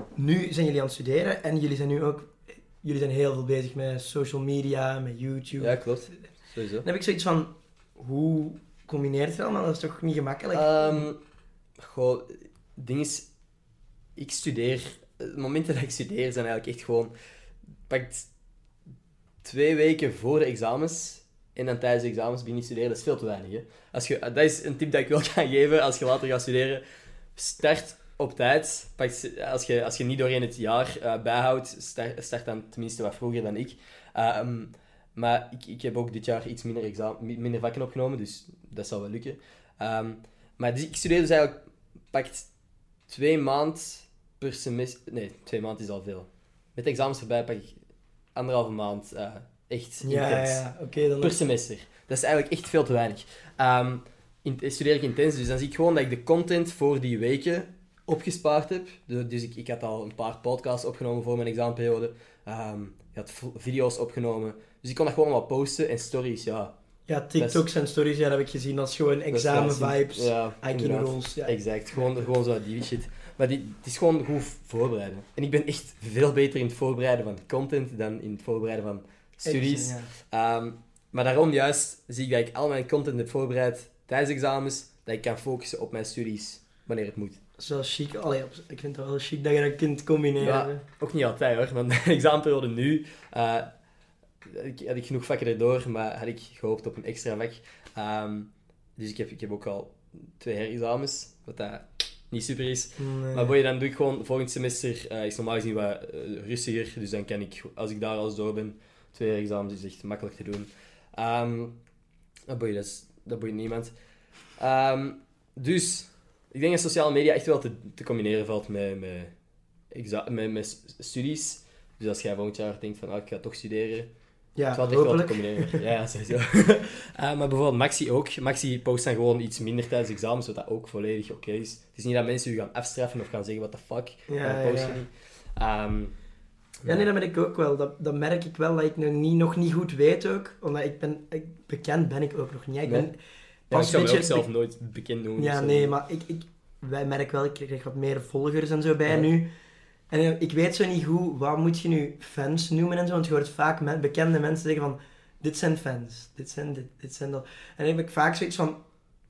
Nu zijn jullie aan het studeren en jullie zijn nu ook... Jullie zijn heel veel bezig met social media, met YouTube. Ja, klopt. Sowieso. Dan heb ik zoiets van... Hoe combineert je allemaal? Dat is toch niet gemakkelijk? Um, goh, het ding is... Ik studeer... De momenten dat ik studeer zijn eigenlijk echt gewoon... Pakt twee weken voor de examens en dan tijdens de examens begin je studeren. Dat is veel te weinig, hè. Als je, dat is een tip dat ik wil gaan geven als je later gaat studeren. Start op tijd. Pak, als, je, als je niet doorheen het jaar uh, bijhoudt, start, start dan tenminste wat vroeger dan ik. Uh, um, maar ik, ik heb ook dit jaar iets minder, examen, minder vakken opgenomen, dus dat zal wel lukken. Um, maar dus, ik studeer dus eigenlijk... Pakt twee maanden per semester... Nee, twee maanden is al veel. Met de examens voorbij pak ik anderhalve maand uh, echt ja, intens. Ja, ja. Okay, dan per semester. Dat is eigenlijk echt veel te weinig. Um, in, studeer ik intens, dus dan zie ik gewoon dat ik de content voor die weken opgespaard heb. Dus ik, ik had al een paar podcasts opgenomen voor mijn examenperiode. Um, ik had video's opgenomen. Dus ik kon dat gewoon wat posten. En stories, ja... Ja, TikToks is, en stories, ja, dat heb ik gezien als gewoon examen-vibes, ja, I Q rolls. Ja. Exact, gewoon, gewoon zo die shit. Maar die, het is gewoon goed voorbereiden. En ik ben echt veel beter in het voorbereiden van content dan in het voorbereiden van studies. Exen, ja. Um, maar daarom juist zie ik dat ik al mijn content heb voorbereid tijdens examens, dat ik kan focussen op mijn studies wanneer het moet. Dat is wel chic. Allee, op- ik vind het wel chic dat je dat kunt combineren. Ja, ook niet altijd hoor, want de examenperiode nu uh, ik, had ik genoeg vakken erdoor, maar had ik gehoopt op een extra vak. Um, dus ik heb, ik heb ook al twee herexamens, wat dat niet super is. Nee. Maar boy, dan doe ik gewoon volgend semester, uh, is normaal gezien wat uh, rustiger, dus dan kan ik, als ik daar alles door ben, twee herexamens is echt makkelijk te doen. Um, maar boy, dat, is, dat boeit niemand. Um, dus, ik denk dat sociale media echt wel te, te combineren valt met, met, exa- met, met studies. Dus als jij volgend jaar denkt van, ah, ik ga toch studeren, Ja, het valt echt wel te hopelijk. combineren. Ja, ja, sowieso. uh, maar bijvoorbeeld Maxi ook. Maxi post dan gewoon iets minder tijdens examens, wat dat ook volledig oké is. Het is niet dat mensen u gaan afstraffen of gaan zeggen, what the fuck, Ja, waarom post ja. je niet? Um, Ja, nee, dat ben ik ook wel. Dat, dat merk ik wel, dat ik nog niet, nog niet goed weet ook. Omdat ik ben... Ik, bekend ben ik ook nog niet. Ik ben Nee. ja, ik pas zou een me ook beetje... zelf nooit bekend noemen. Ja, of zo. nee, maar ik, ik, wij merken wel, ik krijg wat meer volgers en zo bij Ja. nu. En eh, ik weet zo niet goed, wat moet je nu fans noemen en zo, want je hoort vaak me- bekende mensen zeggen van, dit zijn fans, dit zijn dit, dit zijn dat. En dan heb ik vaak zoiets van,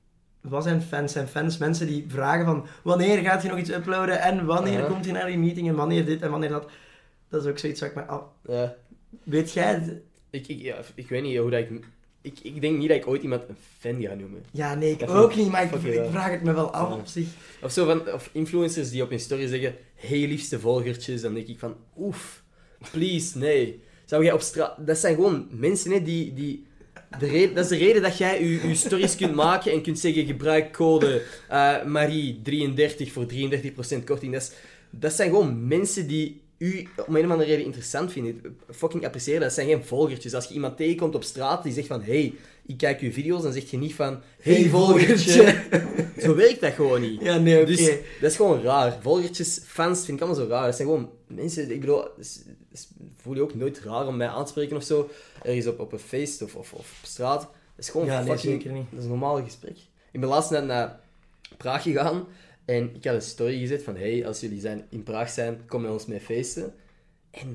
wat zijn fans? Zijn fans mensen die vragen van, wanneer gaat je nog iets uploaden en wanneer Ja. komt je naar die meeting en wanneer dit en wanneer dat. Dat is ook zoiets wat ik me af... Ja. Weet jij het? Ik, ik, ja, ik weet niet hoe dat ik... Ik, ik denk niet dat ik ooit iemand een fan ga noemen. Ja, nee, ik Dat ook vind ik niet, maar ik, fucking ik raar. vraag het me wel af Ja. op zich. Of zo van... Of influencers die op hun story zeggen, hey liefste volgertjes, dan denk ik van, oef, please, nee. Zou jij op straat... Dat zijn gewoon mensen, hè, die... die de reden, dat is de reden dat jij je, je stories kunt maken en kunt zeggen, gebruik code uh, Marie drieëndertig voor drieëndertig procent korting. Dat, is, dat zijn gewoon mensen die u om een of andere reden interessant vinden. Fucking appreciëren, dat zijn geen volgertjes. Als je iemand tegenkomt op straat die zegt van, hey, ik kijk uw video's, dan zeg je niet van, hey, Hey, volgertje. Zo werkt dat gewoon niet. Ja, nee, oké. Dus dat is gewoon raar. Volgertjes, fans, vind ik allemaal zo raar. Dat zijn gewoon mensen, ik bedoel, s- s- voel je ook nooit raar om mij aan te spreken of zo. Ergens op, op een feest of, of, of op straat. Dat is gewoon Ja, nee, fucking... zeker niet. Dat is een normaal gesprek. Ik ben laatst net naar Praag gegaan en ik had een story gezet van, hey, als jullie zijn, in Praag zijn, kom met ons mee feesten. En,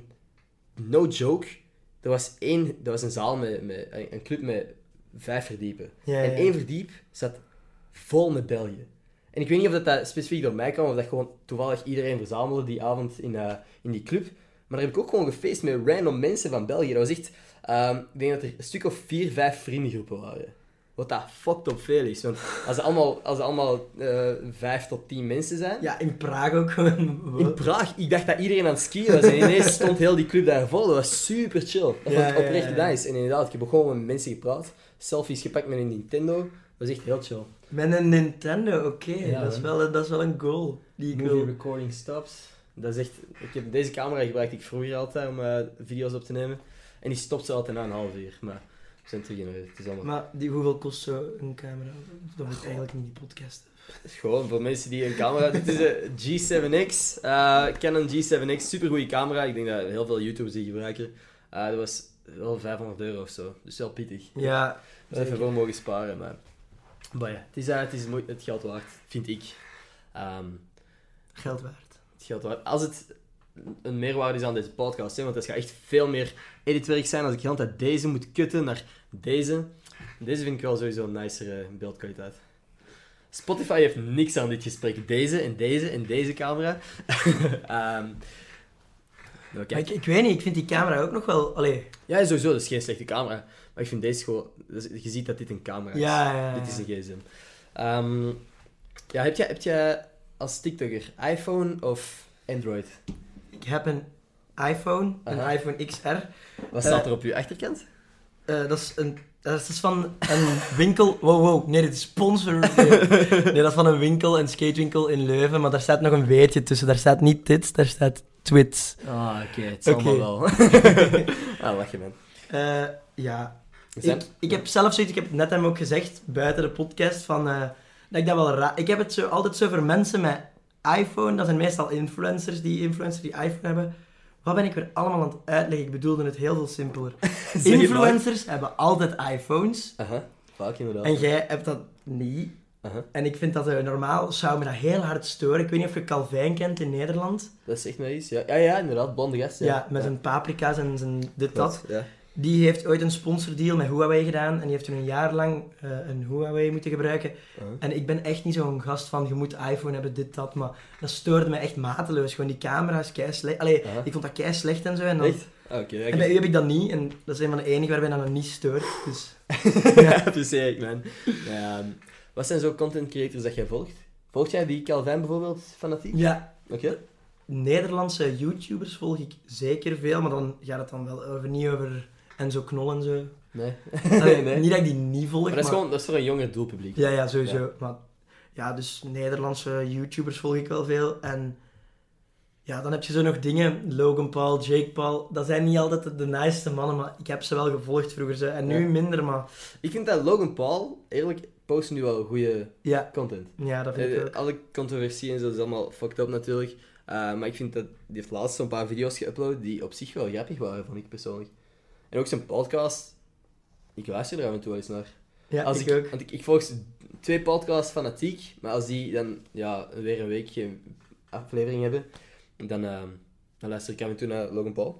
no joke, er was, één, er was een zaal met, met een club met vijf verdiepen. Ja, en ja. één verdiep zat vol met Belgen. En ik weet niet of dat, dat specifiek door mij kwam, of dat gewoon toevallig iedereen verzamelde die avond in, uh, in die club. Maar daar heb ik ook gewoon gefeest met random mensen van België. Dat was echt... Um, ik denk dat er een stuk of vier, vijf vriendengroepen waren. Wat dat fucked up veel is. Want als er allemaal, als er allemaal uh, vijf tot tien mensen zijn... Ja, in Praag ook gewoon. In Praag, ik dacht dat iedereen aan het skiën was. En ineens stond heel die club daar vol. Dat was super chill. Dat Ja, vond ik oprecht ja, ja. nice. En inderdaad, ik heb ook gewoon met mensen gepraat. Selfies gepakt met een Nintendo. Dat was echt heel chill. Met een Nintendo, oké. Ja, dat, is man. wel, dat is wel een goal die ik Movie wil. recording stops. Dat is echt... Ik heb deze camera gebruikte ik vroeger altijd om uh, video's op te nemen. En die stopt ze altijd na een half uur. Maar we zijn terug in orde. Het is allemaal... Maar die, hoeveel kost zo een camera? Dat moet eigenlijk niet die podcast. Gewoon voor mensen die een camera... Dit is een G zeven X. Uh, Canon G zeven X. Supergoeie camera. Ik denk dat heel veel YouTubers die gebruiken. Uh, dat was wel vijfhonderd euro of zo. Dus wel pittig. Ja, We even wel mogen sparen, maar... Maar ja, het is, uh, het, is moe- het geld waard, vind ik. Um, geld waard. het geld waard. Als het een meerwaarde is aan deze podcast, hè, want het gaat echt veel meer editwerk zijn als ik de hele tijd deze moet kutten naar deze. Deze vind ik wel sowieso een nicere beeldkwaliteit. Spotify heeft niks aan dit gesprek. Deze en deze en deze camera. um, nou, Maar kijk. ik, ik weet niet, ik vind die camera ook nog wel... Allee, Ja, sowieso, dat is geen slechte camera. Maar ik vind deze gewoon... dat is- Je ziet dat dit een camera is. ja, ja, ja. Dit is een gsm. Um, ja, heb jij, heb jij als TikToker iPhone of Android? Ik heb een iPhone, een Aha. iPhone X R. Wat staat er op je achterkant? Eh, dat is een... Dat is van een winkel... Wow, wow. Nee, dit is sponsor. Nee. nee, dat is van een winkel, een skatewinkel in Leuven. Maar daar staat nog een weetje tussen. Daar staat niet dit, daar staat Twits. Ah, oké, het zal Oké. maar wel. ah, lach je, man. Eh, ja, Sam? Ik, ik heb zelf zoiets, ik heb het net hem ook gezegd, buiten de podcast, van, eh, dat ik dat wel raar... Ik heb het zo, altijd zo voor mensen met iPhone, dat zijn meestal influencers, die influencers die iPhone hebben. Wat ben ik weer allemaal aan het uitleggen? Ik bedoelde het heel veel simpeler. Zeg het Influencers hebben altijd iPhones, maar. Aha, vaak inderdaad. en jij hebt dat niet. Uh-huh. En ik vind dat uh, normaal zou me dat heel hard storen. Ik weet niet of je Calvin kent in Nederland. Dat is echt maar iets. Ja, ja, ja inderdaad. Blonde gast. Ja, Ja, met ja. zijn paprika's en zijn dit, dat. Ja. Die heeft ooit een sponsordeal met Huawei gedaan. En die heeft toen een jaar lang uh, een Huawei moeten gebruiken. Uh-huh. En ik ben echt niet zo'n gast van, je moet iPhone hebben, dit, dat. Maar dat stoorde me echt mateloos. Gewoon die camera's, kei slecht. Allee, Uh-huh. ik vond dat kei slecht en zo. En, dan... Echt? Ah, oké. Okay, en bij u heb ik dat niet. En dat is een van de enige waarbij dat niet stoort. Dus... ja, precies, man. Ja, um, wat zijn zo content creators dat jij volgt? Volg jij die Calvin bijvoorbeeld fanatiek? Ja. Oké. Okay. Nederlandse YouTubers volg ik zeker veel, maar dan gaat het dan wel over, niet over Enzo Knol en zo. Nee. Allee, nee. Niet dat ik die niet volg, maar... dat is, maar... gewoon, dat is voor een jonger doelpubliek. Ja, ja, sowieso. Ja. Maar ja, dus Nederlandse YouTubers volg ik wel veel. En ja, dan heb je zo nog dingen, Logan Paul, Jake Paul. Dat zijn niet altijd de, de niceste mannen, maar ik heb ze wel gevolgd vroeger. Zo. En nu Ja. minder, maar... Ik vind dat Logan Paul, eerlijk, post nu wel goede Ja. content. Ja, dat vind ik Uh, ook. alle controversie en zo is allemaal fucked up natuurlijk. Uh, maar ik vind dat... Die heeft laatst zo'n paar video's geüpload die op zich wel grappig waren, vond ik persoonlijk. En ook zijn podcast... Ik luister er af en toe wel eens naar. Ja, Als ik, ik, ook. Want ik, ik volg twee podcasts fanatiek, maar als die dan ja, weer een week geen aflevering hebben, dan, uh, dan luister ik af en toe naar Logan Paul.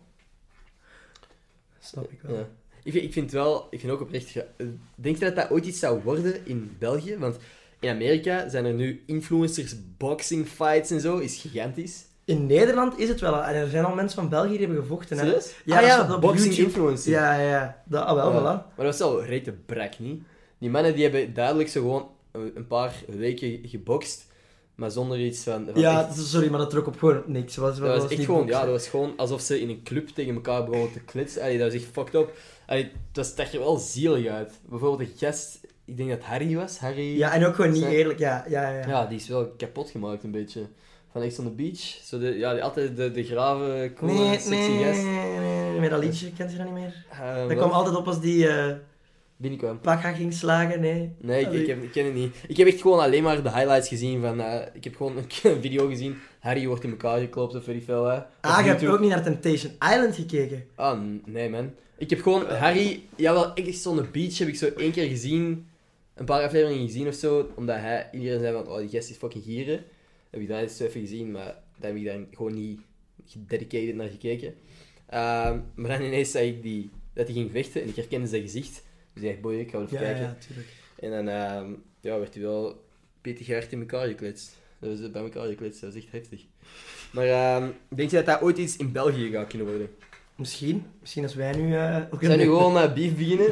Snap ik wel. Ja. Ik, vind, ik vind wel, ik vind ook oprecht... Ge- Denk je dat dat ooit iets zou worden in België? Want in Amerika zijn er nu influencers, boxing fights en zo, is gigantisch. In Nederland is het wel al. En er zijn al mensen van België die hebben gevochten. Hè? Serieus? Ja, ah dat ja, staat op boxing YouTube. influencer. Ja, ja, ja. Dat, ah, wel, Ja. voilà. Maar dat was wel rete brak, niet? Die mannen die hebben duidelijk zo gewoon een paar weken gebokst, maar zonder iets van... van Ja, echt- sorry, maar dat trok op gewoon niks. Dat was, dat was echt niet gewoon, boksen. ja, dat was gewoon alsof ze in een club tegen elkaar begonnen te klitsen. Allee, dat was echt fucked up. Allee, dat zag er wel zielig uit. Bijvoorbeeld een gast, ik denk dat Harry was. Harry... Ja, en ook gewoon niet Zijn- eerlijk. Ja, ja, ja. Ja, die is wel kapot gemaakt een beetje. Van Ex on the Beach. Zo de, ja, die, altijd de, de grave, coole, nee, sexy nee, gast. nee, nee, nee, met dat liedje, kent je dat niet meer? Uh, Dat wel, kwam altijd op als die uh, binnenkwam. Pakka ging slagen, nee. Nee, ik, Allee. ik, heb, ik ken het niet. Ik heb echt gewoon alleen maar de highlights gezien van... Uh, ik heb gewoon een video gezien. Harry wordt in elkaar geklopt of weet ik veel. Hè. Op Ah, je hebt YouTube. ook niet naar Temptation Island gekeken. Ah, n- nee man. Ik heb gewoon Harry... Jawel, echt zo'n beach heb ik zo één keer gezien. Een paar afleveringen gezien of zo. Omdat hij... Iedereen zei van... Oh, die gast is fucking gieren. Heb ik dat eens zo even gezien. Maar daar heb ik dan gewoon niet gededicated naar gekeken. Ehm, maar dan ineens zag ik die, dat hij ging vechten. En ik herkende zijn gezicht. Dus ik dacht, boy, ik ga wel even Ja, kijken. ja, tuurlijk. En dan ehm, ja, werd hij wel pittig hard in elkaar gekletst. Dat was eh, bij elkaar gekletst, dat was echt heftig. Maar ehm, denk je dat dat ooit iets in België gaat kunnen worden? Misschien. Misschien als wij nu... Uh, ook We zijn nu een- gewoon uh, beef beginnen.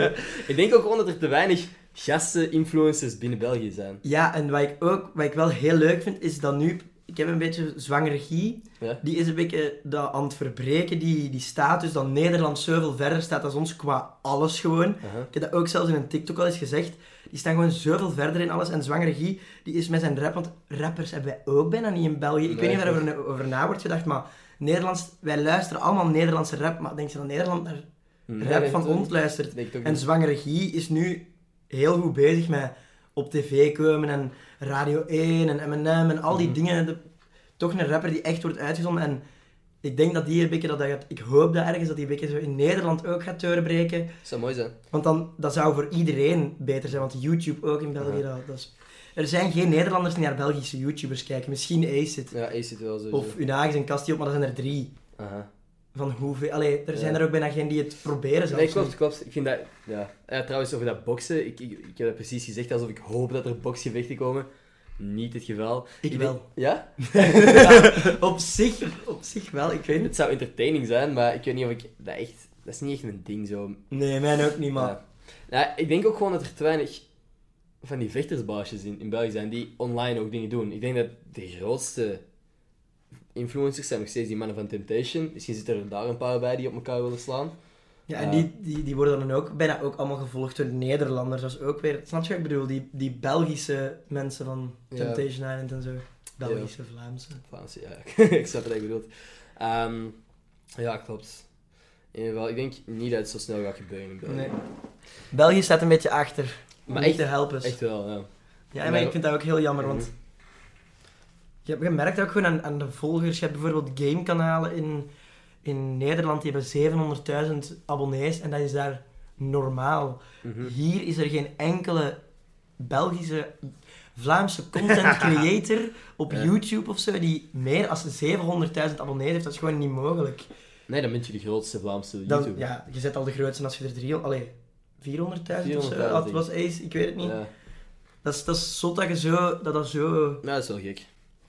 Ik denk ook gewoon dat er te weinig gasten, influencers binnen België zijn. Ja, en wat ik ook wat ik wel heel leuk vind, is dat nu... Ik heb een beetje zwangeregie. Ja? Die is een beetje dat aan het verbreken, die, die status, dat Nederland zoveel verder staat dan ons qua alles gewoon. Uh-huh. Ik heb dat ook zelfs in een TikTok al eens gezegd. Die staan gewoon zoveel verder in alles. En zwangeregie, die is met zijn rap, want rappers hebben wij ook bijna niet in België. Ik Nee, weet niet of klopt. er over, over na wordt gedacht, maar Nederlands, wij luisteren allemaal Nederlandse rap. Maar denk je dat Nederland naar Nee, rap denk van ik ook ons niet. luistert? Denk ik ook En niet. zwangeregie is nu heel goed bezig met op tv komen en Radio één en M en M en al die Mhm. dingen. De- toch een rapper die echt wordt uitgezonden. En ik denk dat die een beetje, dat dat gaat, ik hoop dat ergens, dat die een beetje zo in Nederland ook gaat doorbreken. Dat zou mooi zijn. Want dan, dat zou voor iedereen beter zijn, want YouTube ook in België, Ja. dat, dat is... Er zijn geen Nederlanders die naar Belgische YouTubers kijken. Misschien Acid. Ja, Ace zit wel zo. Of Unagis en Castiop, maar dat zijn er drie. Aha. Van hoeveel... Allee, er zijn Ja. er ook bijna geen die het proberen zelfs Nee, klopt, niet. klopt. Ik vind dat... Ja. ja, trouwens, over dat boksen. Ik, ik, ik heb dat precies gezegd alsof ik hoop dat er boksgevechten komen. Niet het geval. Ik denk- wel. Ja? Ja, op zich, op zich wel, ik weet Het het. zou entertaining zijn, maar ik weet niet of ik dat echt... Dat is niet echt mijn ding, zo. Nee, mij ook niet, maar... Ja. Ja, ik denk ook gewoon dat er te weinig van die vechtersbaasjes in, in België zijn die online ook dingen doen. Ik denk dat de grootste influencers zijn nog steeds die mannen van Temptation. Misschien zitten er daar een paar bij die op elkaar willen slaan. Ja, en Ja. die, die, die worden dan ook bijna ook allemaal gevolgd door Nederlanders. Dat is ook weer... Snap je wat ik bedoel? Die, die Belgische mensen van Ja. Temptation Island en zo. Belgische, Vlaamse. Vlaamse, ja. Ik snap wat je bedoelt. Ehm, ja, klopt. In ieder geval, ik denk niet dat het zo snel gaat gebeuren in België. Nee. België staat een beetje achter. Maar Maar echt- echt te helpen. Echt wel, ja. Ja, maar ik vind dat ook heel jammer, Mhm. want... Je, hebt- je merkt ook gewoon aan, aan de volgers. Je hebt bijvoorbeeld gamekanalen in, in Nederland, die hebben zevenhonderdduizend abonnees en dat is daar normaal. Mhm. Hier is er geen enkele Belgische... Vlaamse content creator op Ja. YouTube of zo, die meer dan zevenhonderdduizend abonnees heeft. Dat is gewoon niet mogelijk. Nee, dan ben je de grootste Vlaamse Dan, YouTuber. ja, je zet al de grootste als je er drie... Allee, vierhonderdduizend of zo. vierhonderdduizend, Dat was Ace, ik weet het niet. Ja. Dat is, dat is zot dat je zo... Dat dat zo... Nou, dat is wel gek.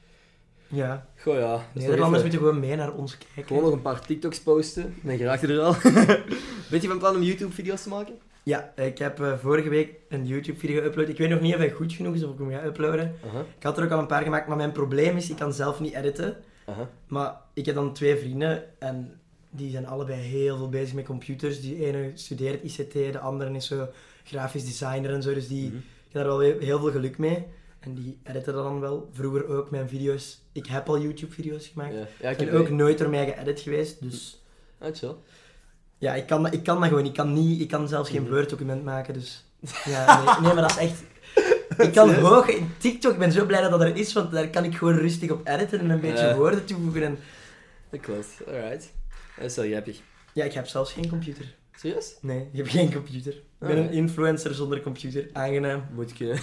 Ja. Goh ja. dat is nog Nederlanders even- moeten gewoon mee naar ons kijken. Gewoon nog een paar TikToks posten. Dan geraak je er al. Bent je van plan om YouTube-video's te maken? Ja, ik heb eh, vorige week een YouTube-video geüpload. Ik weet nog niet of hij goed genoeg is of ik hem ga uploaden. Aha. Ik had er ook al een paar gemaakt, maar mijn probleem is, ik kan zelf niet editen. Aha. Maar ik heb dan twee vrienden en die zijn allebei heel veel bezig met computers. Die ene studeert I C T, de andere is zo grafisch designer en zo. Dus die Mhm. hebben daar wel heel, heel veel geluk mee. En die editen dan wel. Vroeger ook mijn video's. Ik heb al YouTube-video's gemaakt. Ja, ja Ik ik ben heb ook nooit door mij geëdit geweest, dus... Ah, chill. Ja, ik kan, ik kan dat gewoon. Ik kan, niet, ik kan zelfs geen Mhm. Word-document maken, dus... Ja, nee, nee, maar dat is echt... Ik kan hoog in TikTok, ik ben zo blij dat dat er is, want daar kan ik gewoon rustig op editen en een beetje Ja. woorden toevoegen. En... Dat klopt. Alright. Dat is wel grappig. Ja, ik heb zelfs geen computer. Serieus? Nee, ik heb geen computer. Ik ben Ah, een influencer zonder computer. Aangenaam. Moet kunnen.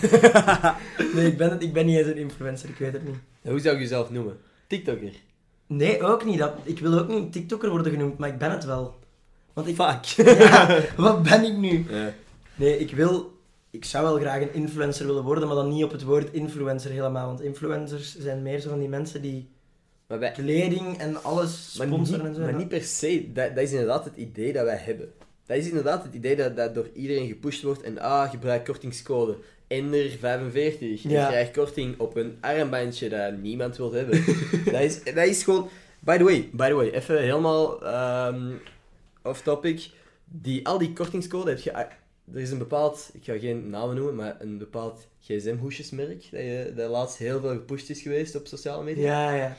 Nee, ik ben, het, ik ben niet eens een influencer, ik weet het niet. Hoe zou je jezelf noemen? TikToker? Nee, ook niet. Dat, ik wil ook niet TikToker worden genoemd, maar ik ben het wel. Want ik... Fuck. Ja, wat ben ik nu? Ja. Nee, ik wil... Ik zou wel graag een influencer willen worden, maar dan niet op het woord influencer helemaal. Want influencers zijn meer zo van die mensen die Maar, wij, kleding en alles maar, niet, sponsoren en zo. maar niet per se. Dat, dat is inderdaad het idee dat wij hebben. Dat is inderdaad het idee dat, dat door iedereen gepusht wordt. En ah, gebruik kortingscode. Ender vijfenveertig. Je Ja. krijgt korting op een armbandje dat niemand wil hebben. dat, is, dat is gewoon... By the way, by the way, even helemaal ehm, off topic. Die, al die kortingscode heb je... Er is een bepaald, ik ga geen namen noemen, maar een bepaald gsm-hoesjesmerk dat, je, dat laatst heel veel gepusht is geweest op sociale media. Ja, ja.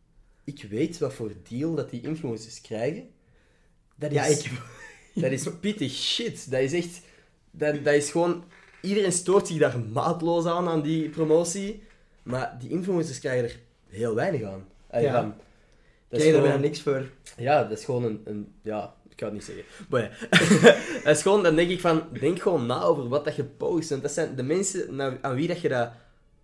Ik weet wat voor deal dat die influencers krijgen. Dat is, Ja, ik... dat is pittig shit. Dat is echt... Dat, dat is gewoon... Iedereen stoort zich daar maatloos aan, aan die promotie. Maar die influencers krijgen er heel weinig aan. Allee, Ja. van. Ik krijg er bijna niks voor. Ja, dat is gewoon een... een ja, ik ga het niet zeggen. Maar ja. Dat is gewoon... Dan denk ik van... Denk gewoon na over wat dat je post. Want dat zijn de mensen naar, aan wie dat je dat...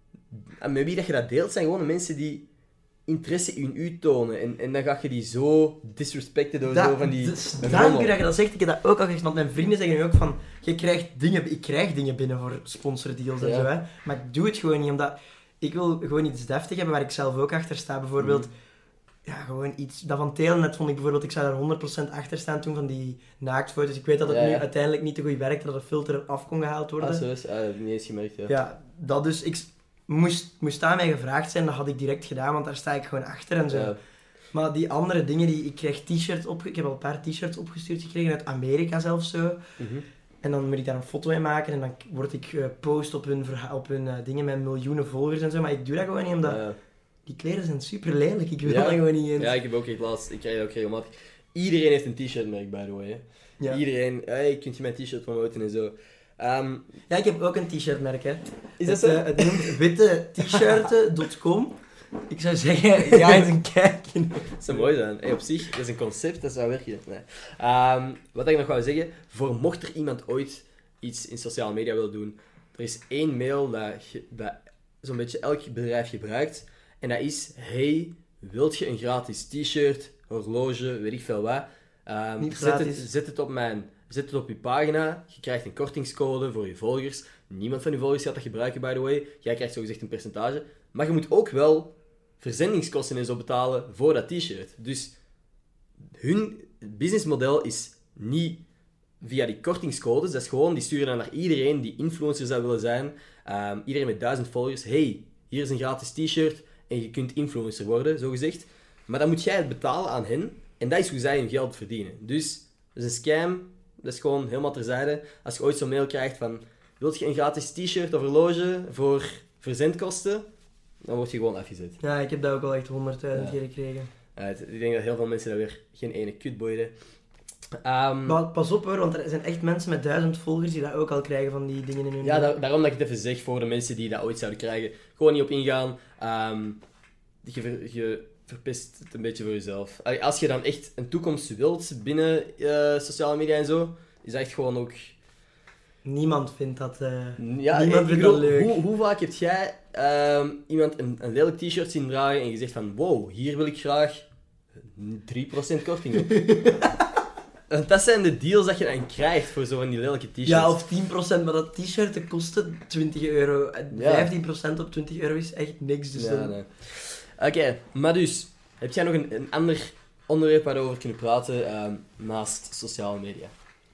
Aan met wie dat je dat deelt, zijn gewoon de mensen die interesse in u tonen. En, en dan ga je die zo disrespecten door zo van die... dus met dank rommel. u dat je dat zegt. Ik heb dat ook al gezegd, want mijn vrienden zeggen nu ook van... Je krijgt dingen... Ik krijg dingen binnen voor sponsordeals en Ja. zo, hè. Maar ik doe het gewoon niet, omdat... Ik wil gewoon iets deftig hebben waar ik zelf ook achter sta. Bijvoorbeeld... Mhm. Ja, gewoon iets... Dat van Telenet vond ik bijvoorbeeld... Ik zou daar honderd procent achter staan toen van die naaktfoto's. Ik weet dat het Ja, nu ja. uiteindelijk niet te goed werkte, dat de filter eraf kon gehaald worden. Ah, zo is. Ah, dat heb ik niet eens gemerkt, ja. Ja, dat dus... Ik moest, moest daar mij gevraagd zijn, dat had ik direct gedaan, want daar sta ik gewoon achter en zo. Ja. Maar die andere dingen, die, ik krijg t-shirts op... Ik heb al een paar t-shirts opgestuurd gekregen, uit Amerika zelfs zo. Mhm. En dan moet ik daar een foto in maken en dan word ik uh, post op hun, verha- op hun uh, dingen met miljoenen volgers en zo. Maar ik doe dat gewoon niet, omdat Ja. die kleren zijn super lelijk. Ik wil Ja. dat gewoon niet eens. Ja, ik heb ook echt laatst... Ik krijg dat ook regelmatig. Iedereen heeft een t-shirt merk, by the way. Hè. Ja. Iedereen... Hey, kunt je mijn t-shirt promoten en zo. Ehm, Ja, ik heb ook een t-shirt merk, hè. is dat het, zo? uh, het noemt witte t-shirten punt com. Ik zou zeggen, ga eens een kijken. Dat zou mooi zijn. Hey, op zich, dat is een concept, dat zou werken. Nee. Ehm, wat ik nog wou zeggen, voor mocht er iemand ooit iets in sociale media wil doen, er is één mail dat, ge- dat zo'n beetje elk bedrijf gebruikt. En dat is, hey, wilt je een gratis t-shirt, horloge, weet ik veel wat? Ehm, Niet zet, het, gratis. zet het op mijn... Zet het op je pagina, je krijgt een kortingscode voor je volgers. Niemand van je volgers gaat dat gebruiken, by the way. Jij krijgt zogezegd een percentage. Maar je moet ook wel verzendingskosten en zo betalen voor dat t-shirt. Dus hun businessmodel is niet via die kortingscodes. Dat is gewoon, die sturen dan naar iedereen die influencer zou willen zijn. Ehm, iedereen met duizend volgers. Hey, hier is een gratis t-shirt en je kunt influencer worden, zogezegd. Maar dan moet jij het betalen aan hen. En dat is hoe zij hun geld verdienen. Dus, dat is een scam. Dat is gewoon helemaal terzijde. Als je ooit zo'n mail krijgt van... Wilt je een gratis t-shirt of horloge voor verzendkosten? Dan word je gewoon afgezet. Ja, ik heb dat ook al echt honderdduizend Ja. keer gekregen. Ja, het- ik denk dat heel veel mensen dat weer geen ene kut boeiden. Ehm, Maar pas op hoor, want er zijn echt mensen met duizend volgers die dat ook al krijgen van die dingen in hun... ja, daar- daarom dat ik het even zeg voor de mensen die dat ooit zouden krijgen. Gewoon niet op ingaan. Ehm, je, ver- je verpest het een beetje voor jezelf. Allee, als je dan echt een toekomst wilt binnen eh, sociale media en zo, is dat echt gewoon ook... niemand vindt dat... Uh, ja, niemand ik vindt bedoel, dat leuk. Hoe, hoe vaak heb jij uh, iemand een, een lelijk t-shirt zien dragen en gezegd van wow, hier wil ik graag drie procent korting op. Want dat zijn de deals dat je dan krijgt voor zo van die lelijke t-shirts. Ja, of tien procent, maar dat t-shirt dat kostte twintig euro. Ja. vijftien procent op twintig euro is echt niks. Dus ja, dan... nee. Oké, okay, maar dus, heb jij nog een, een ander onderwerp waar we over kunnen praten uh, naast sociale media?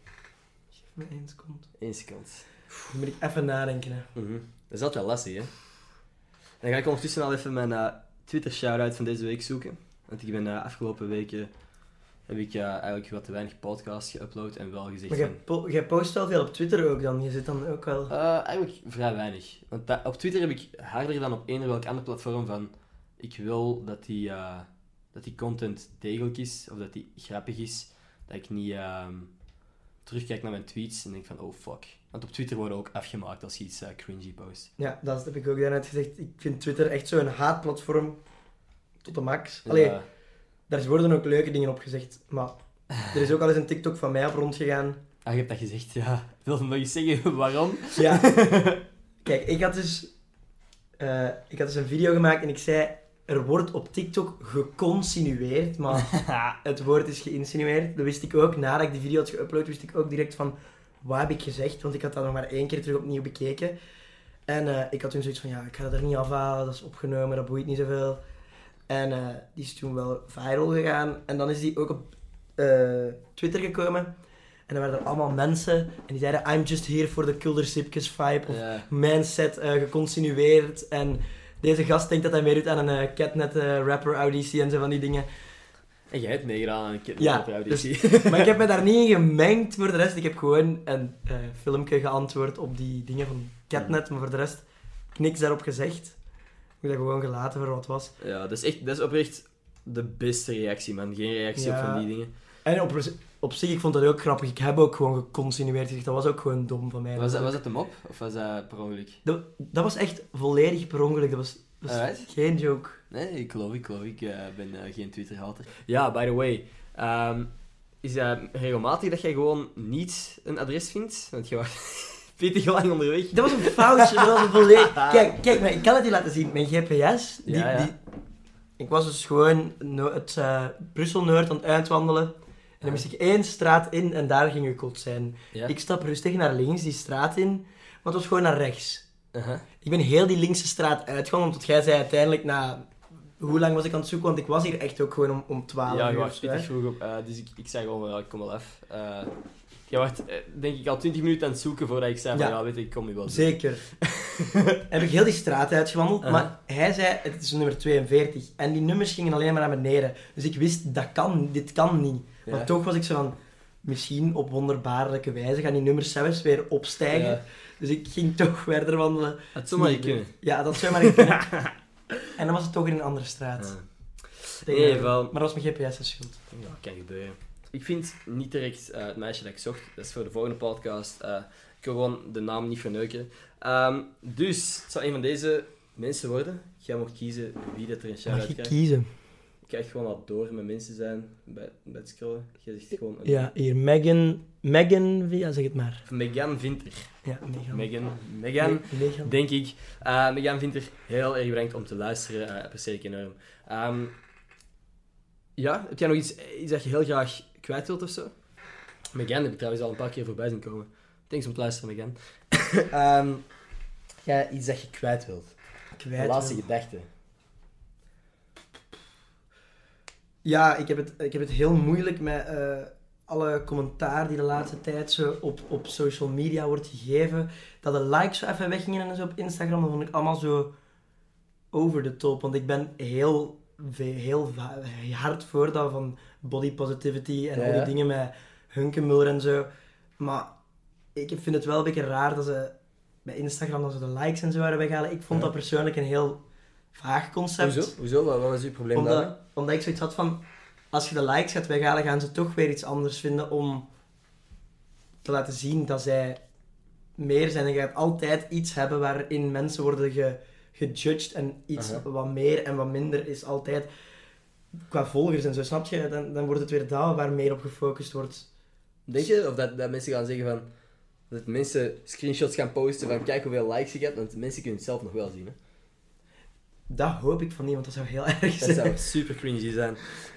Geef me één seconde. Eén seconde. Dan moet ik even nadenken. Hè. Mm-hmm. Dat is altijd wel lastig, hè? Dan ga ik ondertussen al even mijn uh, Twitter shout-out van deze week zoeken. Want ik ben uh, afgelopen weken heb ik uh, eigenlijk wat te weinig podcasts geüpload en wel gezegd maar jij, van... po- jij post wel veel op Twitter ook dan? Je zit dan ook wel... Uh, eigenlijk vrij weinig. Want dat, op Twitter heb ik harder dan op eender welk ander platform van... Ik wil dat die, uh, dat die content degelijk is, of dat die grappig is. Dat ik niet uh, terugkijk naar mijn tweets en denk van, oh fuck. Want op Twitter worden ook afgemaakt als je iets uh, cringy post. Ja, dat heb ik ook daarnet gezegd. Ik vind Twitter echt zo'n haatplatform tot de max. Allee, Ja. daar worden ook leuke dingen op gezegd, maar er is ook al eens een TikTok van mij op rondgegaan. Ah, je hebt dat gezegd, ja. Wil je nog eens zeggen waarom? Ja. Kijk, ik had dus... Uh, ik had dus een video gemaakt en ik zei... Er wordt op TikTok geconsinueerd, maar het woord is geïnsinueerd. Dat wist ik ook. Nadat ik die video had geüpload, wist ik ook direct van... Wat heb ik gezegd? Want ik had dat nog maar één keer terug opnieuw bekeken. En uh, ik had toen zoiets van... Ja, ik ga dat er niet afhalen. Dat is opgenomen. Dat boeit niet zoveel. En uh, die is toen wel viral gegaan. En dan is die ook op uh, Twitter gekomen. En dan waren er allemaal mensen. En die zeiden... I'm just here for the Kulder Sipkes vibe. Of Ja. mindset uh, geconsinueerd. En... Deze gast denkt dat hij meedoet aan een uh, Catnet uh, rapper auditie en zo van die dingen. En jij hebt meegedaan aan een Catnet Ja, rapper auditie. Dus, maar ik heb me daar niet in gemengd voor de rest. Ik heb gewoon een uh, filmpje geantwoord op die dingen van Catnet. Maar voor de rest niks daarop gezegd. Ik heb dat gewoon gelaten voor wat het was. Ja, dat is, echt, dat is oprecht de beste reactie, man. Geen reactie Ja. op van die dingen. En op, op zich, ik vond dat ook grappig. Ik heb ook gewoon gecontinueerd gezegd. Dat was ook gewoon dom van mij. Was dat, was dat de mop? Of was dat per ongeluk? Dat, dat was echt volledig per ongeluk. Dat was, dat was Alright. geen joke. Nee, ik geloof, ik geloof. Ik uh, ben uh, geen Twitter-hater. Ja, by the way. Um, is dat regelmatig dat jij gewoon niet een adres vindt? Want je was pittig lang onderweg. Dat was een foutje. Dat was een volledig... Kijk, kijk maar ik kan het je laten zien. Mijn G P S, die... Ja, ja. die... Ik was dus gewoon no- het uh, Brussel-Noord aan het uitwandelen. En dan moest ik één straat in en daar ging gekot zijn. Ja. Ik stap rustig naar links die straat in, want het was gewoon naar rechts. Uh-huh. Ik ben heel die linkse straat uitgegaan, want jij zei uiteindelijk na... Hoe lang was ik aan het zoeken? Want ik was hier echt ook gewoon om, om twaalf Ja, uur. je of was zo, pittig hè. vroeg op. Uh, dus ik, ik zei gewoon, ja, ik kom wel af. Uh, je was uh, denk ik al twintig minuten aan het zoeken voordat ik zei van, Ja. ja, weet je, ik kom nu wel. Zeker. Heb ik heel die straat uitgewandeld, Uh-huh. maar hij zei, het is nummer tweeënveertig. En die nummers gingen alleen maar naar beneden. Dus ik wist, dat kan, dit kan niet. Ja. Maar toch was ik zo van, misschien op wonderbaarlijke wijze gaan die nummers zelfs weer opstijgen. Ja. Dus ik ging toch verder wandelen. Het zou maar niet kunnen. Ja, dat zou maar niet kunnen. En dan was het toch in een andere straat. Ja. Tegen- In ieder geval- Maar dat was mijn G P S schuld. Ja, kan gebeuren. Ik vind niet direct uh, het meisje dat ik zocht. Dat is voor de volgende podcast. Uh, ik wil gewoon de naam niet verneuken. Um, dus, het zal een van deze mensen worden. Jij mocht kiezen wie dat er een shout-out Mag je krijgt. kiezen? Ik krijg gewoon al door met mensen zijn bij, bij het scrollen. Jij zegt gewoon... een- Ja, hier, Megan... Megan, wie- ja, zeg het maar. Of Megan Vinter. Ja, Megan. Megan. Megan, Me- Megan. denk ik. Uh, Megan Vinter, heel erg bedankt om te luisteren. Uh, apprecieer ik enorm. Um, ja, heb jij nog iets, iets dat je heel graag kwijt wilt of zo? Megan heb ik trouwens al een paar keer voorbij zien komen. Thanks om te luisteren, Megan. um, ja, iets dat je kwijt wilt. Kwijt De laatste wil. gedachte. Ja, ik heb, het, ik heb het heel moeilijk met uh, alle commentaar die de laatste tijd zo op, op social media wordt gegeven. Dat de likes zo even weggingen en zo op Instagram, dat vond ik allemaal zo over de top. Want ik ben heel, ve- heel va- hard voor dat van body positivity en Ja, al die ja. dingen met hunkenmuller en zo. Maar ik vind het wel een beetje raar dat ze bij Instagram dat ze de likes en zo waren weghalen. Ik vond Ja. dat persoonlijk een heel vaag concept. Hoezo? Hoezo? Wat, wat was uw probleem daarmee? Omdat, omdat ik zoiets had van, als je de likes gaat weghalen, gaan ze toch weer iets anders vinden om te laten zien dat zij meer zijn. En je gaat altijd iets hebben waarin mensen worden ge, gejudged en iets Aha. wat meer en wat minder is altijd qua volgers en zo, snap je? Dan, dan wordt het weer dat waar meer op gefocust wordt. Denk je? Of dat, dat mensen gaan zeggen van... Dat mensen screenshots gaan posten van kijk hoeveel likes je hebt, want mensen kunnen het zelf nog wel zien. Hè? Dat hoop ik van niet, want dat zou heel erg zijn. Dat zou super cringy zijn.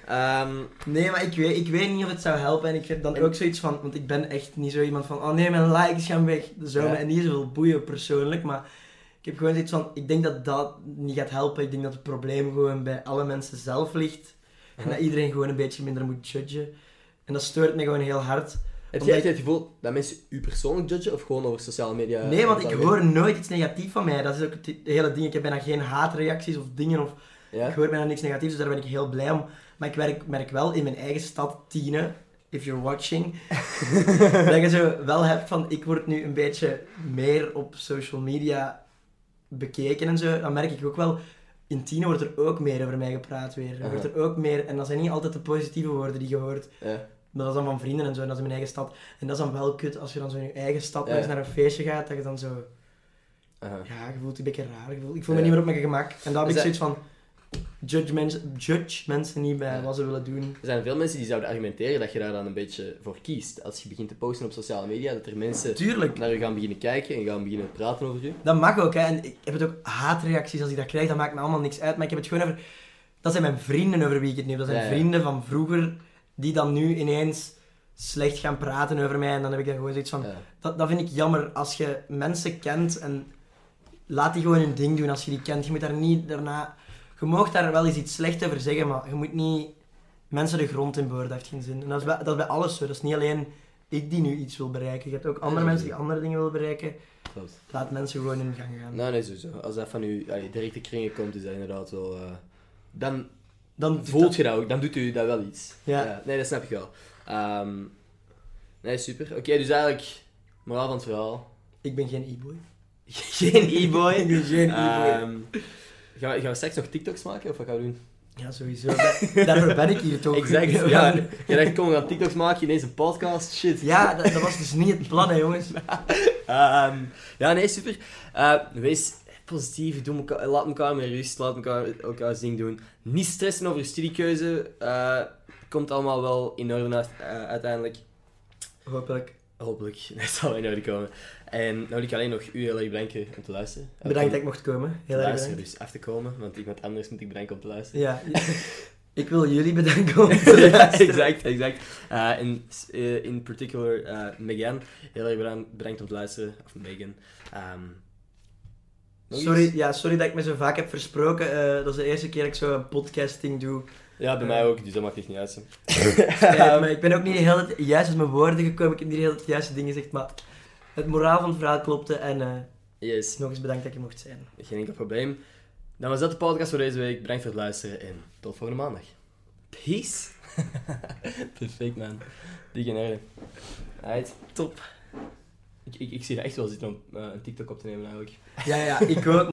Um, nee, maar ik weet, ik weet niet of het zou helpen. En ik heb dan en... ook zoiets van... Want ik ben echt niet zo iemand van... Oh nee, mijn likes gaan weg. Zo, ja. En niet zoveel boeien persoonlijk. Maar ik heb gewoon zoiets van... Ik denk dat dat niet gaat helpen. Ik denk dat het probleem gewoon bij alle mensen zelf ligt. En dat iedereen gewoon een beetje minder moet judgen. En dat stoort me gewoon heel hard. Heb jij echt het gevoel dat mensen u persoonlijk judgen of gewoon over sociale media? Nee, want ik hoor nooit iets negatiefs van mij. Dat is ook het hele ding. Ik heb bijna geen haatreacties of dingen. Of ja? Ik hoor bijna niks negatiefs, dus daar ben ik heel blij om. Maar ik merk, merk wel in mijn eigen stad, Tiene, if you're watching, dat je zo wel hebt van, ik word nu een beetje meer op social media bekeken en zo. Dan merk ik ook wel, in Tiene wordt er ook meer over mij gepraat weer. Er wordt er ook meer, en dat zijn niet altijd de positieve woorden die je hoort. Ja. Dat is dan van vrienden en zo, en dat is in mijn eigen stad. En dat is dan wel kut, als je dan zo in je eigen stad ja. naar een feestje gaat, dat je dan zo... Uh-huh. Ja, je voelt je een beetje raar. Voelt, ik voel me ja. niet meer op mijn gemak. En daar heb ik zoiets van... Judge mensen, judge mensen niet bij ja. wat ze willen doen. Er zijn veel mensen die zouden argumenteren dat je daar dan een beetje voor kiest. Als je begint te posten op sociale media, dat er mensen Tuurlijk. naar je gaan beginnen kijken en gaan beginnen praten over je. Dat mag ook, hè. En ik heb het ook haatreacties als ik dat krijg, dat maakt me allemaal niks uit. Maar ik heb het gewoon over... Dat zijn mijn vrienden over wie ik het nu heb. Dat zijn ja, ja. vrienden van vroeger, die dan nu ineens slecht gaan praten over mij. En dan heb ik dan gewoon zoiets van... Ja. Dat, dat vind ik jammer. Als je mensen kent en... Laat die gewoon hun ding doen als je die kent. Je moet daar niet daarna... Je mag daar wel eens iets slecht over zeggen, maar je moet niet mensen de grond in boren, dat heeft geen zin. En dat is, bij, dat is bij alles zo. Dat is niet alleen ik die nu iets wil bereiken. Je hebt ook andere mensen die andere dingen willen bereiken. Klopt. Laat mensen gewoon in gang gaan. Nou, nee, sowieso. Als dat van je allee, directe kringen komt, is dat inderdaad wel... Uh, dan, dan voelt dat... je dat ook. Dan doet u dat wel iets. Ja. Ja, nee, dat snap ik wel. Um, nee, super. Oké, okay, dus eigenlijk... Moraal van het verhaal. Ik ben geen e-boy. Geen e-boy? Ik ben geen e-boy. Um, Gaan we, gaan we straks nog TikToks maken, of wat gaan we doen? Ja, sowieso. Daarvoor ben ik hier toch. Exact. Ja, je dacht, kom, we gaan TikToks maken, ineens een podcast, shit. Ja, dat, dat was dus niet het plan, hè, jongens. um, ja, nee, super. Uh, wees positief, doe meka- laat elkaar met rust, laat elkaar elkaar ding doen. Niet stressen over je studiekeuze. Uh, komt allemaal wel in orde uit, uh, uiteindelijk. Hopelijk. Hopelijk, dat zal in orde komen. En nou wil ik alleen nog u heel erg bedanken om te luisteren. Bedankt dat ik mocht komen. Heel erg bedankt. Dus af te komen, want iemand anders moet ik bedanken om te luisteren. Ja, ik wil jullie bedanken om te luisteren. Exact, exact. Uh, in, uh, in particular uh, Megan, heel erg bedankt, bedankt om te luisteren. Of Megan. Um, sorry, ja, sorry dat ik me zo vaak heb versproken. Uh, dat is de eerste keer dat ik zo een podcasting doe. Ja, bij uh, mij ook, dus dat maakt echt niet uit. Ja, maar ik ben ook niet de hele tijd juist uit mijn woorden gekomen. Ik heb niet de hele tijd de juiste dingen gezegd, maar het moraal van het verhaal klopte. En uh, yes. nog eens bedankt dat je mocht zijn. Geen enkel probleem. Dan was dat de podcast voor deze week. Bedankt voor het luisteren en tot volgende maandag. Peace. Perfect, man. Die generen. Alright. Top. Ik, ik, ik zie er echt wel zitten om uh, een TikTok op te nemen eigenlijk. Ja, ja, ik ook.